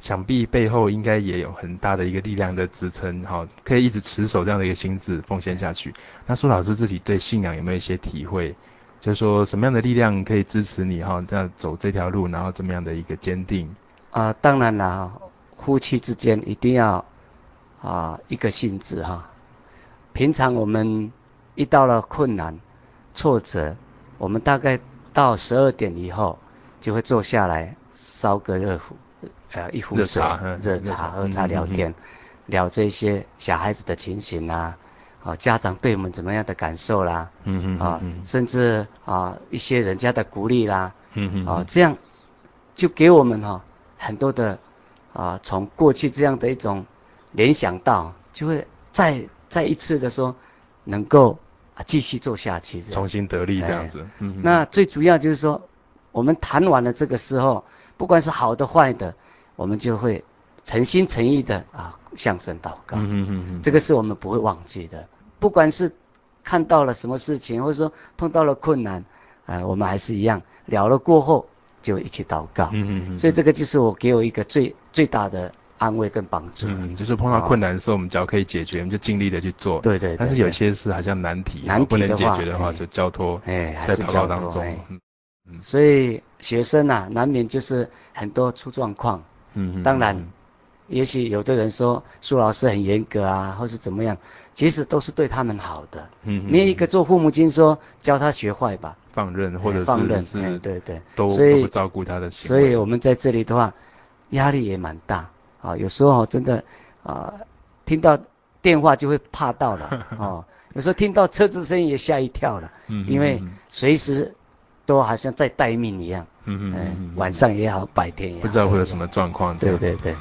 想必背后应该也有很大的一个力量的支撑，哈，可以一直持守这样的一个心智奉献下去。那苏老师自己对信仰有没有一些体会？就是说什么样的力量可以支持你哈，那走这条路，然后怎么样的一个坚定？ 啊、呃，当然啦，夫妻之间一定要啊一个心智哈。平常我们遇到了困难、挫折，我们大概到十二点以后就会坐下来烧个热壶，呃一壶水，热茶喝茶聊天，嗯、聊这些小孩子的情形啊。啊，家长对我们怎么样的感受啦？嗯嗯啊，甚至啊一些人家的鼓励啦，嗯嗯啊，这样就给我们哈、啊、很多的啊从过去这样的一种联想到，就会再再一次的说能够啊继续做下去， 重新得力这样子。嗯， 那最主要就是说，我们谈完了这个时候，不管是好的坏的，我们就会诚心诚意的啊向神祷告。嗯嗯嗯，这个是我们不会忘记的。不管是看到了什么事情，或者说碰到了困难，呃，我们还是一样聊了过后就一起祷告。嗯嗯嗯。所以这个就是我给我一个最最大的安慰跟帮助。 嗯，就是碰到困难的时候，我们只要可以解决，我们就尽力的去做。 对 对, 对。 但是有些事好像难题， 难题不能解决的话，就交托哎， 在祷告当中。 嗯嗯。所以学生啊，难免就是很多出状况。嗯嗯。当然。也许有的人说苏老师很严格啊，或是怎么样，其实都是对他们好的。嗯，没有一个做父母亲说教他学坏吧， 放任或者是放任， 是哎、对对， 都所以都不照顾他的行为。 所以我们在这里的话，压力也蛮大啊。有时候真的啊，听到电话就会怕到了哦。有时候听到车子声音也吓一跳了，嗯，因为随时都好像在待命一样。嗯嗯嗯，晚上也好，白天也好， 不知道会有什么状况。 对对对。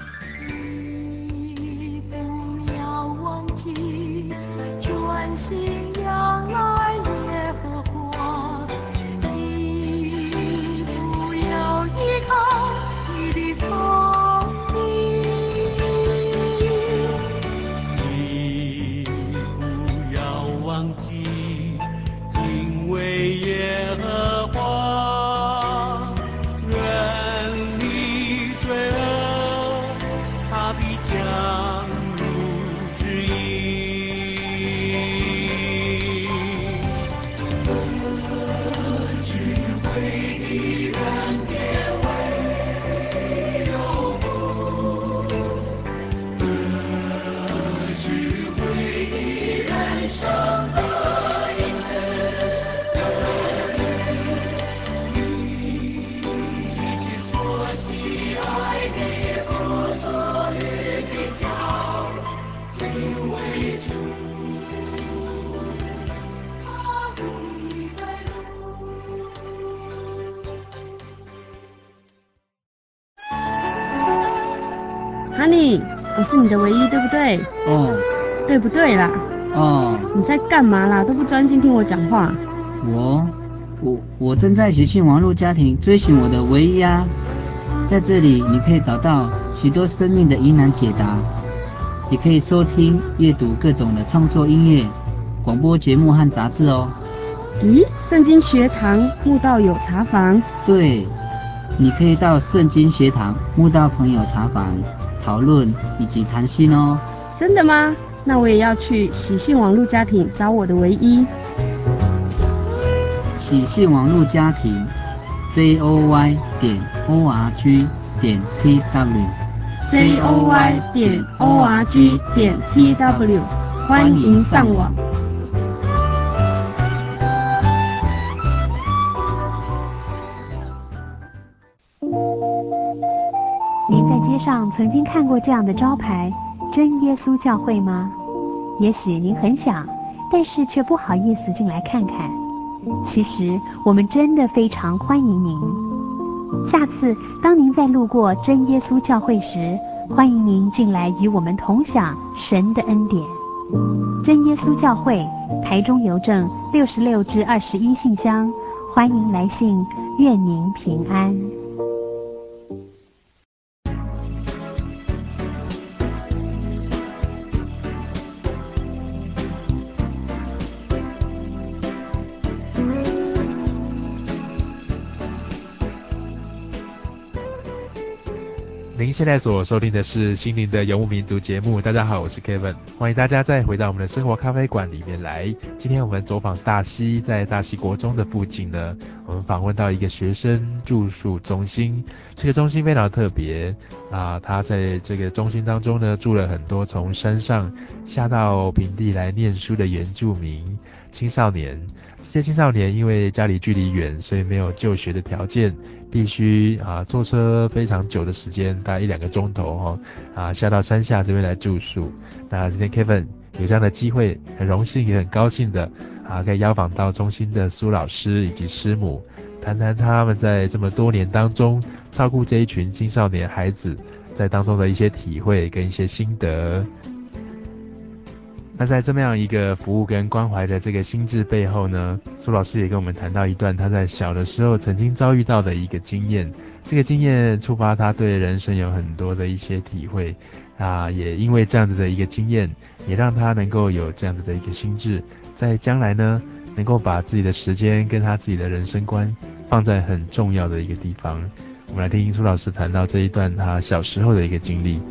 专心仰赖耶和华，你不要依靠你的聪明，你不要忘记敬畏耶和华，远离罪恶，他必将入指引。 Honey， 我是你的唯一，对不对？ 哦。 对不对啦？ 哦。 你在干嘛啦？都不专心听我讲话。 我，我，我正在喜讯网络家庭追寻我的唯一啊！在这里，你可以找到许多生命的疑难解答，也可以收听、阅读各种的创作音乐、广播节目和杂志哦。 咦，圣经学堂慕道友茶房？ 对，你可以到圣经学堂慕道朋友茶房讨论以及谈心哦。 真的吗？那我也要去喜讯网络家庭找我的唯一。 喜讯网络家庭 J O Y 点 O R G 点 T W J O Y 点 O R G 点 T W 欢迎上网。 您在街上曾经看过这样的招牌真耶稣教会吗？也许您很想，但是却不好意思进来看看。其实我们真的非常欢迎您。下次当您在路过真耶稣教会时，欢迎您进来与我们同享神的恩典。真耶稣教会，台中邮政六十六至二十一信箱，欢迎来信，愿您平安。 您您现在所收听的是心灵的游牧民族节目。大家好，我是 Kevin， 欢迎大家再回到我们的生活咖啡馆里面来。今天我们走访大溪，在大溪国中的附近呢，我们访问到一个学生住宿中心。这个中心非常特别啊，他在这个中心当中呢，住了很多从山上下到平地来念书的原住民青少年。这些青少年因为家里距离远，所以没有就学的条件，必须啊坐车非常久的时间，大概一两个钟头哦啊下到山下这边来住宿。那今天 Kevin 有这样的机会，很荣幸也很高兴的啊可以邀访到中心的苏老师以及师母，谈谈他们在这么多年当中照顾这一群青少年孩子在当中的一些体会跟一些心得。那在这么样一个服务跟关怀的这个心智背后呢，苏老师也跟我们谈到一段他在小的时候曾经遭遇到的一个经验，这个经验触发他对人生有很多的一些体会啊，也因为这样子的一个经验，也让他能够有这样子的一个心智，在将来呢能够把自己的时间跟他自己的人生观放在很重要的一个地方。我们来听苏老师谈到这一段他小时候的一个经历。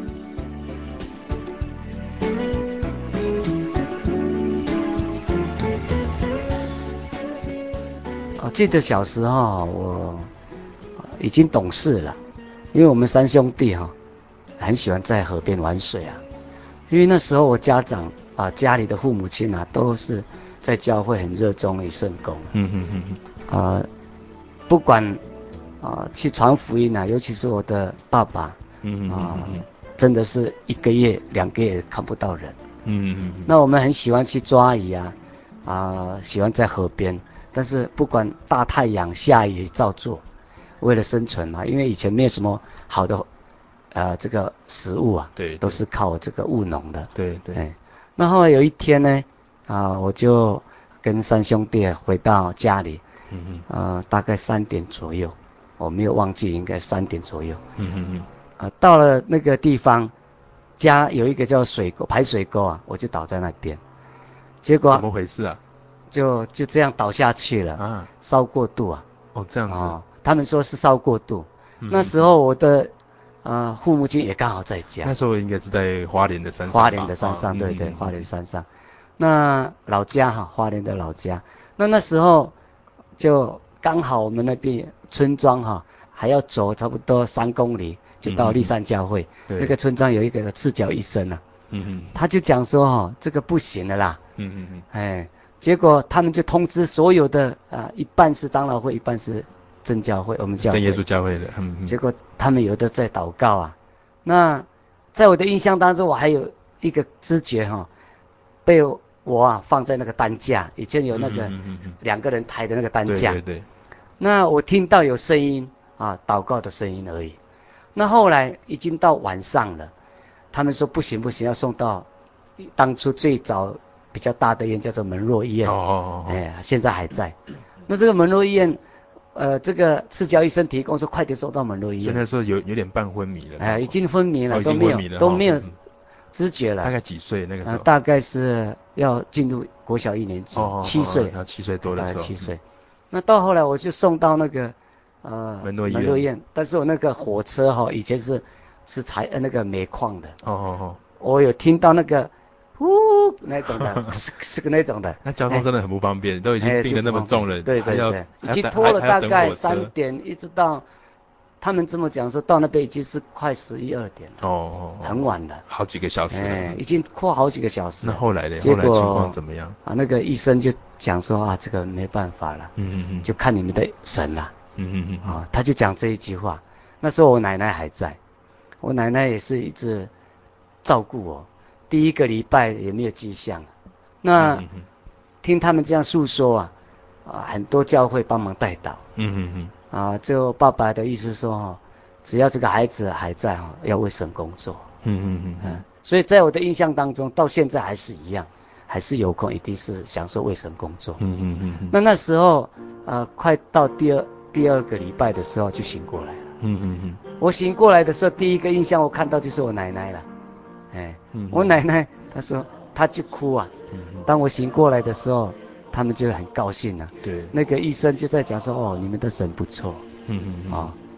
记得小时候我已经懂事了，因为我们三兄弟哈很喜欢在河边玩水啊。因为那时候我家长啊，家里的父母亲啊，都是在教会很热衷于圣工。嗯嗯嗯。啊，不管啊去传福音啊，尤其是我的爸爸，嗯啊，真的是一个月两个月看不到人。嗯嗯。那我们很喜欢去抓鱼啊，啊喜欢在河边。但是不管大太阳下雨照做，为了生存嘛，因为以前没有什么好的呃这个食物啊，对，都是靠这个务农的。对对。哎，那后来有一天呢，啊，我就跟三兄弟回到家里，嗯嗯，呃，大概三点左右，我没有忘记，应该三点左右。嗯嗯嗯。啊，到了那个地方，家有一个叫水沟排水沟啊，我就倒在那边，结果怎么回事啊？ 就就这样倒下去了啊，烧过度啊。哦，这样子。哦，他们说是烧过度。嗯、那时候我的呃父母亲也刚好在家。 那时候应该是在花莲的山上。 花莲的山上，哦、对对，嗯、花莲山上。那老家哈，花莲的老家。那那时候就刚好我们那边村庄哈，还要走差不多三公里就到立山教会。嗯、那个村庄有一个赤脚医生啊。嗯嗯。他就讲说哈，这个不行了啦。嗯嗯嗯。哎。结果他们就通知所有的啊、呃，一半是长老会，一半是真教会，我们教会真耶稣教会的。嗯嗯。 结果他们有的在祷告啊。那在我的印象当中，我还有一个知觉哈、哦，被我啊放在那个担架，以前有那个两个人抬的那个担架。对对对。那我听到有声音啊，祷告的声音而已。那后来已经到晚上了，他们说不行不行，要送到当初最早。比较大的医院叫做门若医院，哦哦哦，哎，现在还在。那这个门若医院，呃，这个赤脚医生提供说快点送到门若医院。 所以那时候有有点半昏迷了。 哎，已经昏迷了，哦、都没有都没有知觉了。 大概几岁那个时候？ 呃、大概是要进入国小一年级，哦、七岁， 哦、七岁多的时候。 七岁。那到后来我就送到那个呃门若医院，门若医院，但是我那个火车哈、哦，以前是是采呃那个煤矿的。哦哦哦。我有听到那个。呼那种的，是是个那种的。 那交通真的很不方便，都已经病得那么重了， 对对对，已经拖了大概三点，一直到他们这么讲说到那边已经是快十一二点了，哦，很晚了， 好几个小时了， 哎，已经拖好几个小时。 那后来呢？后来情况怎么样？ 啊，那个医生就讲说啊，这个没办法了，嗯嗯嗯，就看你们的神了，嗯嗯嗯，啊，他就讲这一句话。那时候我奶奶还在，我奶奶也是一直照顾我。第一个礼拜也没有迹象，那、嗯、听他们这样诉说啊，啊很多教会帮忙代祷，嗯嗯嗯，啊就爸爸的意思说哈，只要这个孩子还在哈，要为神工作，嗯嗯嗯嗯，所以在我的印象当中，到现在还是一样，还是有空一定是享受为神工作，嗯嗯嗯嗯，那那时候呃快到第二第二个礼拜的时候就醒过来了，嗯嗯嗯，我醒过来的时候，第一个印象我看到就是我奶奶了。哎，嗯、我奶奶她说她就哭啊、嗯。当我醒过来的时候，他们就很高兴啊。对，那个医生就在讲说，哦，你们的神不错。嗯嗯啊、哦，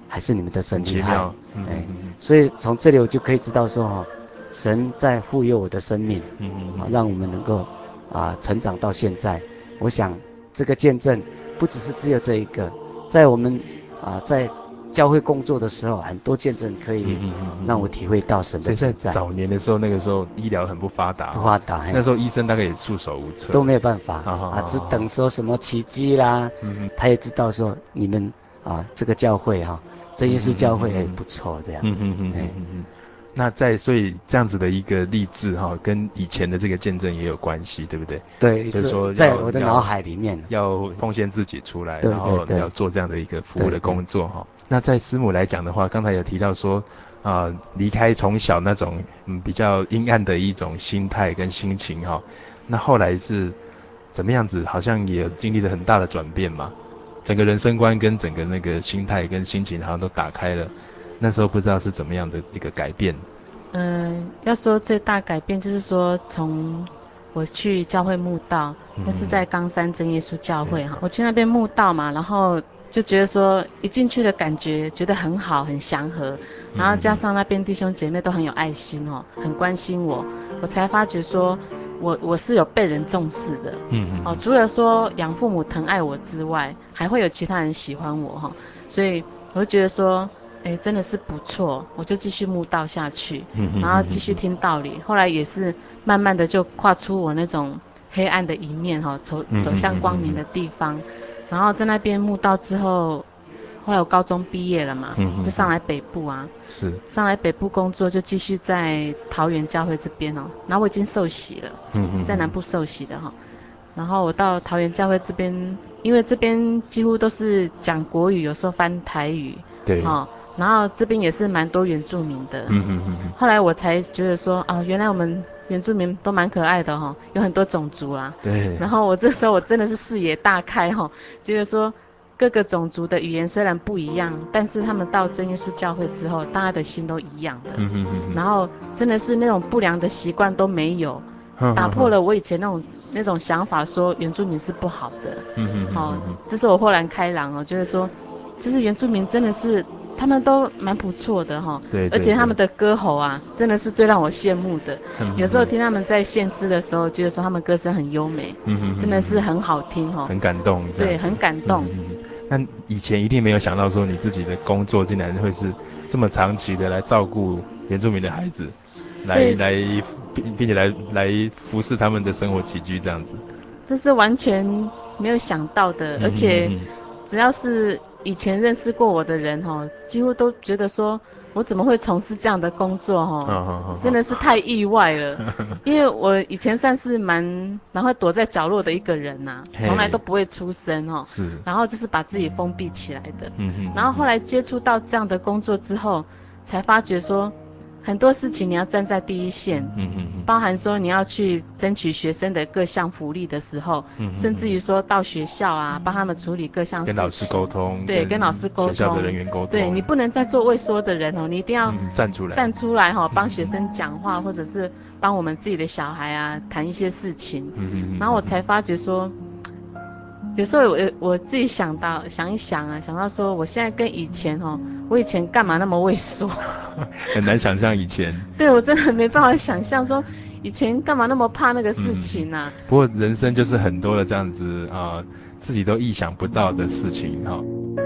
还是你们的神厉害。 嗯哎，所以从这里我就可以知道说哈，神在护佑我的生命， 嗯嗯， 啊，让我们能够啊成长到现在。我想这个见证不只是只有这一个，在我们啊在教会工作的时候，很多见证可以让我体会到神的存在。 在早年的时候，那个时候医疗很不发达， 不发达， 那时候医生大概也束手无策， 都没有办法啊， 啊，只等说什么奇迹啦。嗯，他也知道说你们啊这个教会哈、啊，真耶稣教会也不错这样。 嗯嗯嗯嗯嗯嗯。那在所以这样子的一个励志哈，跟以前的这个见证也有关系，对不对？ 对， 就是说在我的脑海里面要奉献自己出来， 对然后要做这样的一个服务的工作哈。那在师母来讲的话，刚才有提到说啊、呃，离开从小那种嗯比较阴暗的一种心态跟心情哈，那后来是怎么样子？好像也经历了很大的转变嘛，整个人生观跟整个那个心态跟心情好像都打开了。那时候不知道是怎么样的一个改变。 嗯、呃，要说最大改变就是说从我去教会慕道，那、嗯、是在冈山真耶稣教会哈，我去那边慕道嘛，然后就觉得说一进去的感觉觉得很好，很祥和，然后加上那边弟兄姐妹都很有爱心哦，很关心我，我才发觉说我我是有被人重视的，嗯嗯，哦，除了说养父母疼爱我之外，还会有其他人喜欢我哈，所以我就觉得说。哎，真的是不错，我就继续慕道下去，然后继续听道理。后来也是慢慢的就跨出我那种黑暗的一面哈，走走向光明的地方。然后在那边慕道之后，后来我高中毕业了嘛，就上来北部啊， 是上来北部工作，就继续在桃园教会这边哦。然后我已经受洗了，在南部受洗的哈。然后我到桃园教会这边，因为这边几乎都是讲国语，有时候翻台语， 对， 哈。然后这边也是蛮多原住民的， 嗯嗯嗯。 后来我才觉得说，啊，原来我们原住民都蛮可爱的哈，有很多种族啦。 对。 然后我这时候我真的是视野大开哈，觉得说各个种族的语言虽然不一样，但是他们到真耶稣教会之后，大家的心都一样的。嗯嗯嗯。然后真的是那种不良的习惯都没有，打破了我以前那种那种想法，说原住民是不好的。嗯嗯嗯。哦，这是我豁然开朗哦，就是说，就是原住民真的是。他们都蛮不错的哈， 对， 而且他们的歌喉啊，真的是最让我羡慕的。嗯、有时候听他们在献诗的时候，觉得说他们歌声很优美，嗯哼，真的是很好听哈， 很感动。 对，很感动。 嗯嗯。那以前一定没有想到说你自己的工作竟然会是这么长期的来照顾原住民的孩子，来来并并且来来服侍他们的生活起居这样子。 这是完全没有想到的，而且只要是。以前认识过我的人哈，几乎都觉得说我怎么会从事这样的工作哈，真的是太意外了。因为我以前算是蛮蛮会躲在角落的一个人呐、啊，从来都不会出声哈，是，然后就是把自己封闭起来的。嗯嗯。然后后来接触到这样的工作之后，才发觉说。很多事情你要站在第一线，嗯嗯嗯，包含说你要去争取学生的各项福利的时候，嗯嗯，甚至于说到学校啊，帮他们处理各项事情， 跟老师沟通， 对，跟老师沟通， 学校的人员沟通， 对你不能再做畏缩的人哦，你一定要、 嗯、站出来， 站出来哈、哦，帮学生讲话，或者是帮我们自己的小孩啊谈一些事情，嗯嗯嗯，然后我才发觉说。有时候我我自己想到想一想啊，想到说我现在跟以前哦，我以前干嘛那么畏缩？ 很难想象以前。 对，我真的没办法想象说以前干嘛那么怕那个事情啊。 嗯、不过人生就是很多的这样子啊、呃，自己都意想不到的事情哈。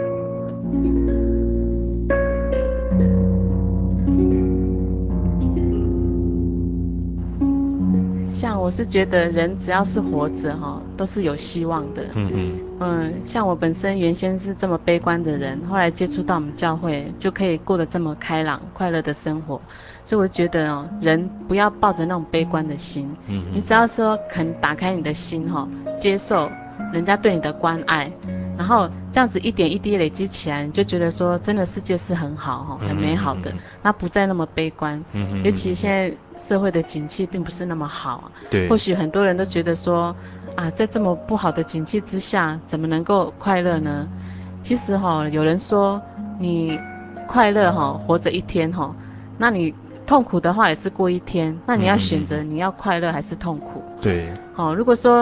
像我是觉得人只要是活着哈，都是有希望的。嗯嗯。嗯，像我本身原先是这么悲观的人，后来接触到我们教会，就可以过得这么开朗、快乐的生活。所以我觉得哦，人不要抱着那种悲观的心。嗯嗯。你只要说肯打开你的心哈，接受人家对你的关爱，然后这样子一点一滴累积起来，你就觉得说真的世界是很好哈，很美好的，那不再那么悲观。嗯嗯。尤其现在。社会的景气并不是那么好啊， 对， 或许很多人都觉得说，啊，在这么不好的景气之下，怎么能够快乐呢？其实哈、哦，有人说你快乐哈、哦，活着一天哈、哦，那你痛苦的话也是过一天，那你要选择你要快乐还是痛苦？ 对， 好、哦，如果说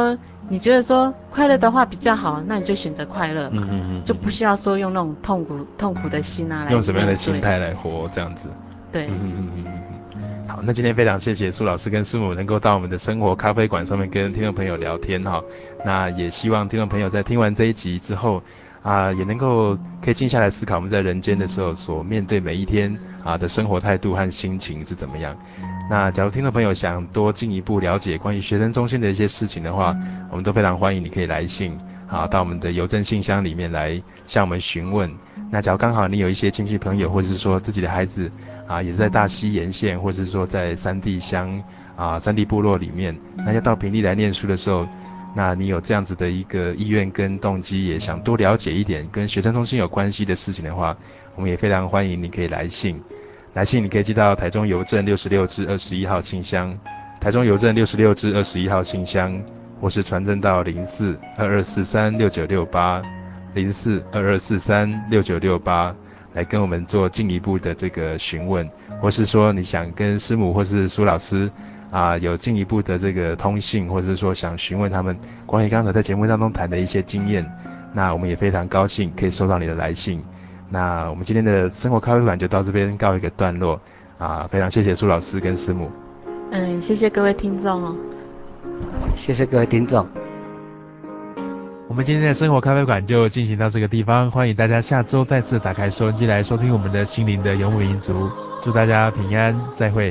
你觉得说快乐的话比较好，那你就选择快乐， 嗯嗯嗯， 就不需要说用那种痛苦痛苦的心啊来用什么样的心态来活这样子。 对， 嗯嗯嗯嗯。好，那今天非常谢谢苏老师跟师母能够到我们的生活咖啡馆上面跟听众朋友聊天哈。那也希望听众朋友在听完这一集之后啊，也能够可以静下来思考我们在人间的时候所面对每一天啊的生活态度和心情是怎么样。那假如听众朋友想多进一步了解关于学生中心的一些事情的话，我们都非常欢迎你可以来信啊到我们的邮政信箱里面来向我们询问。那假如刚好你有一些亲戚朋友或者是说自己的孩子啊也是在大溪沿线或者是说在山地乡啊山地部落里面，那要到平地来念书的时候，那你有这样子的一个意愿跟动机，也想多了解一点跟学生中心有关系的事情的话，我们也非常欢迎你可以来信。来信你可以寄到台中邮政六十六至二十一号信箱，台中邮政六十六至二十一号信箱，或是传真到零四二二四三六九六八零四二二四三六九六八来跟我们做进一步的这个询问，或是说你想跟师母或是苏老师啊有进一步的这个通信，或是说想询问他们关于刚才在节目当中谈的一些经验，那我们也非常高兴可以收到你的来信。那我们今天的生活咖啡馆就到这边告一个段落啊，非常谢谢苏老师跟师母。 嗯，谢谢各位听众哦。 谢谢各位听众。 我们今天的生活咖啡馆就进行到这个地方，欢迎大家下周再次打开收音机来收听我们的心灵的游牧民族。祝大家平安，再会。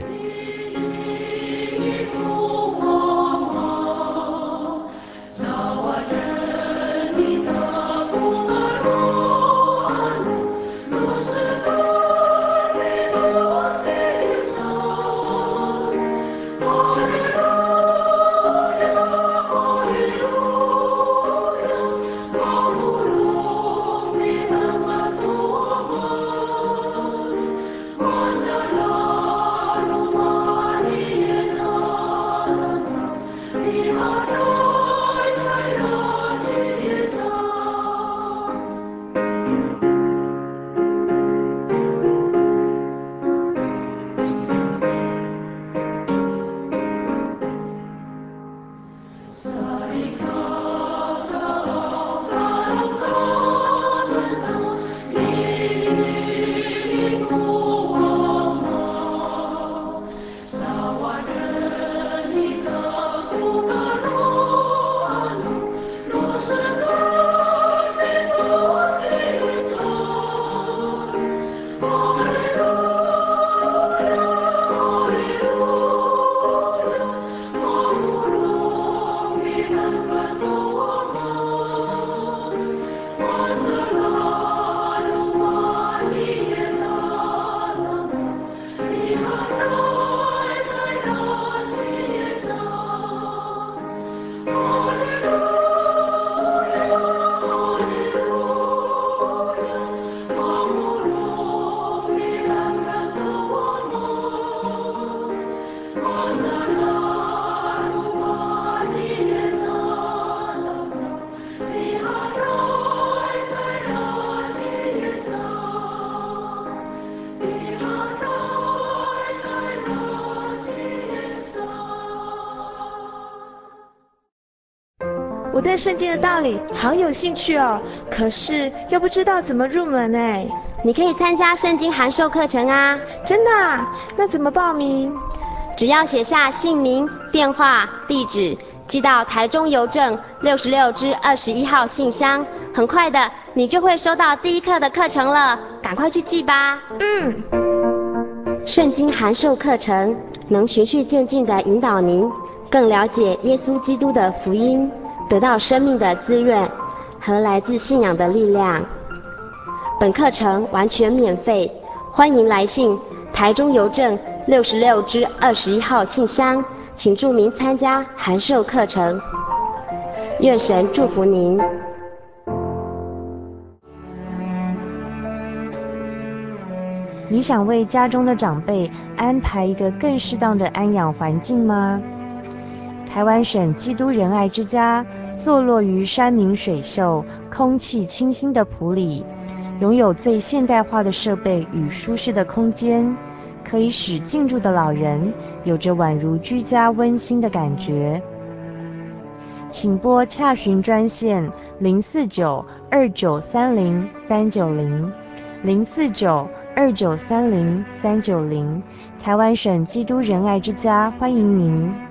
我对圣经的道理好有兴趣哦，可是又不知道怎么入门哎。 你可以参加圣经函授课程啊。 真的啊？那怎么报名？ 只要写下姓名、电话、地址，寄到台中邮政六十六至二十一号信箱，很快的你就会收到第一课的课程了，赶快去寄吧。 嗯。 圣经函授课程能循序渐进地引导您更了解耶稣基督的福音，得到生命的滋润和来自信仰的力量。本课程完全免费，欢迎来信台中邮政六十六至二十一号信箱，请注明参加函授课程。愿神祝福您。 你想为家中的长辈安排一个更适当的安养环境吗？台湾省基督仁爱之家坐落于山明水秀、空气清新的埔里，拥有最现代化的设备与舒适的空间，可以使进驻的老人有着宛如居家温馨的感觉。 请拨洽询专线零四九二九三零三九零零四九二九三零三九零。台湾省基督仁爱之家欢迎您。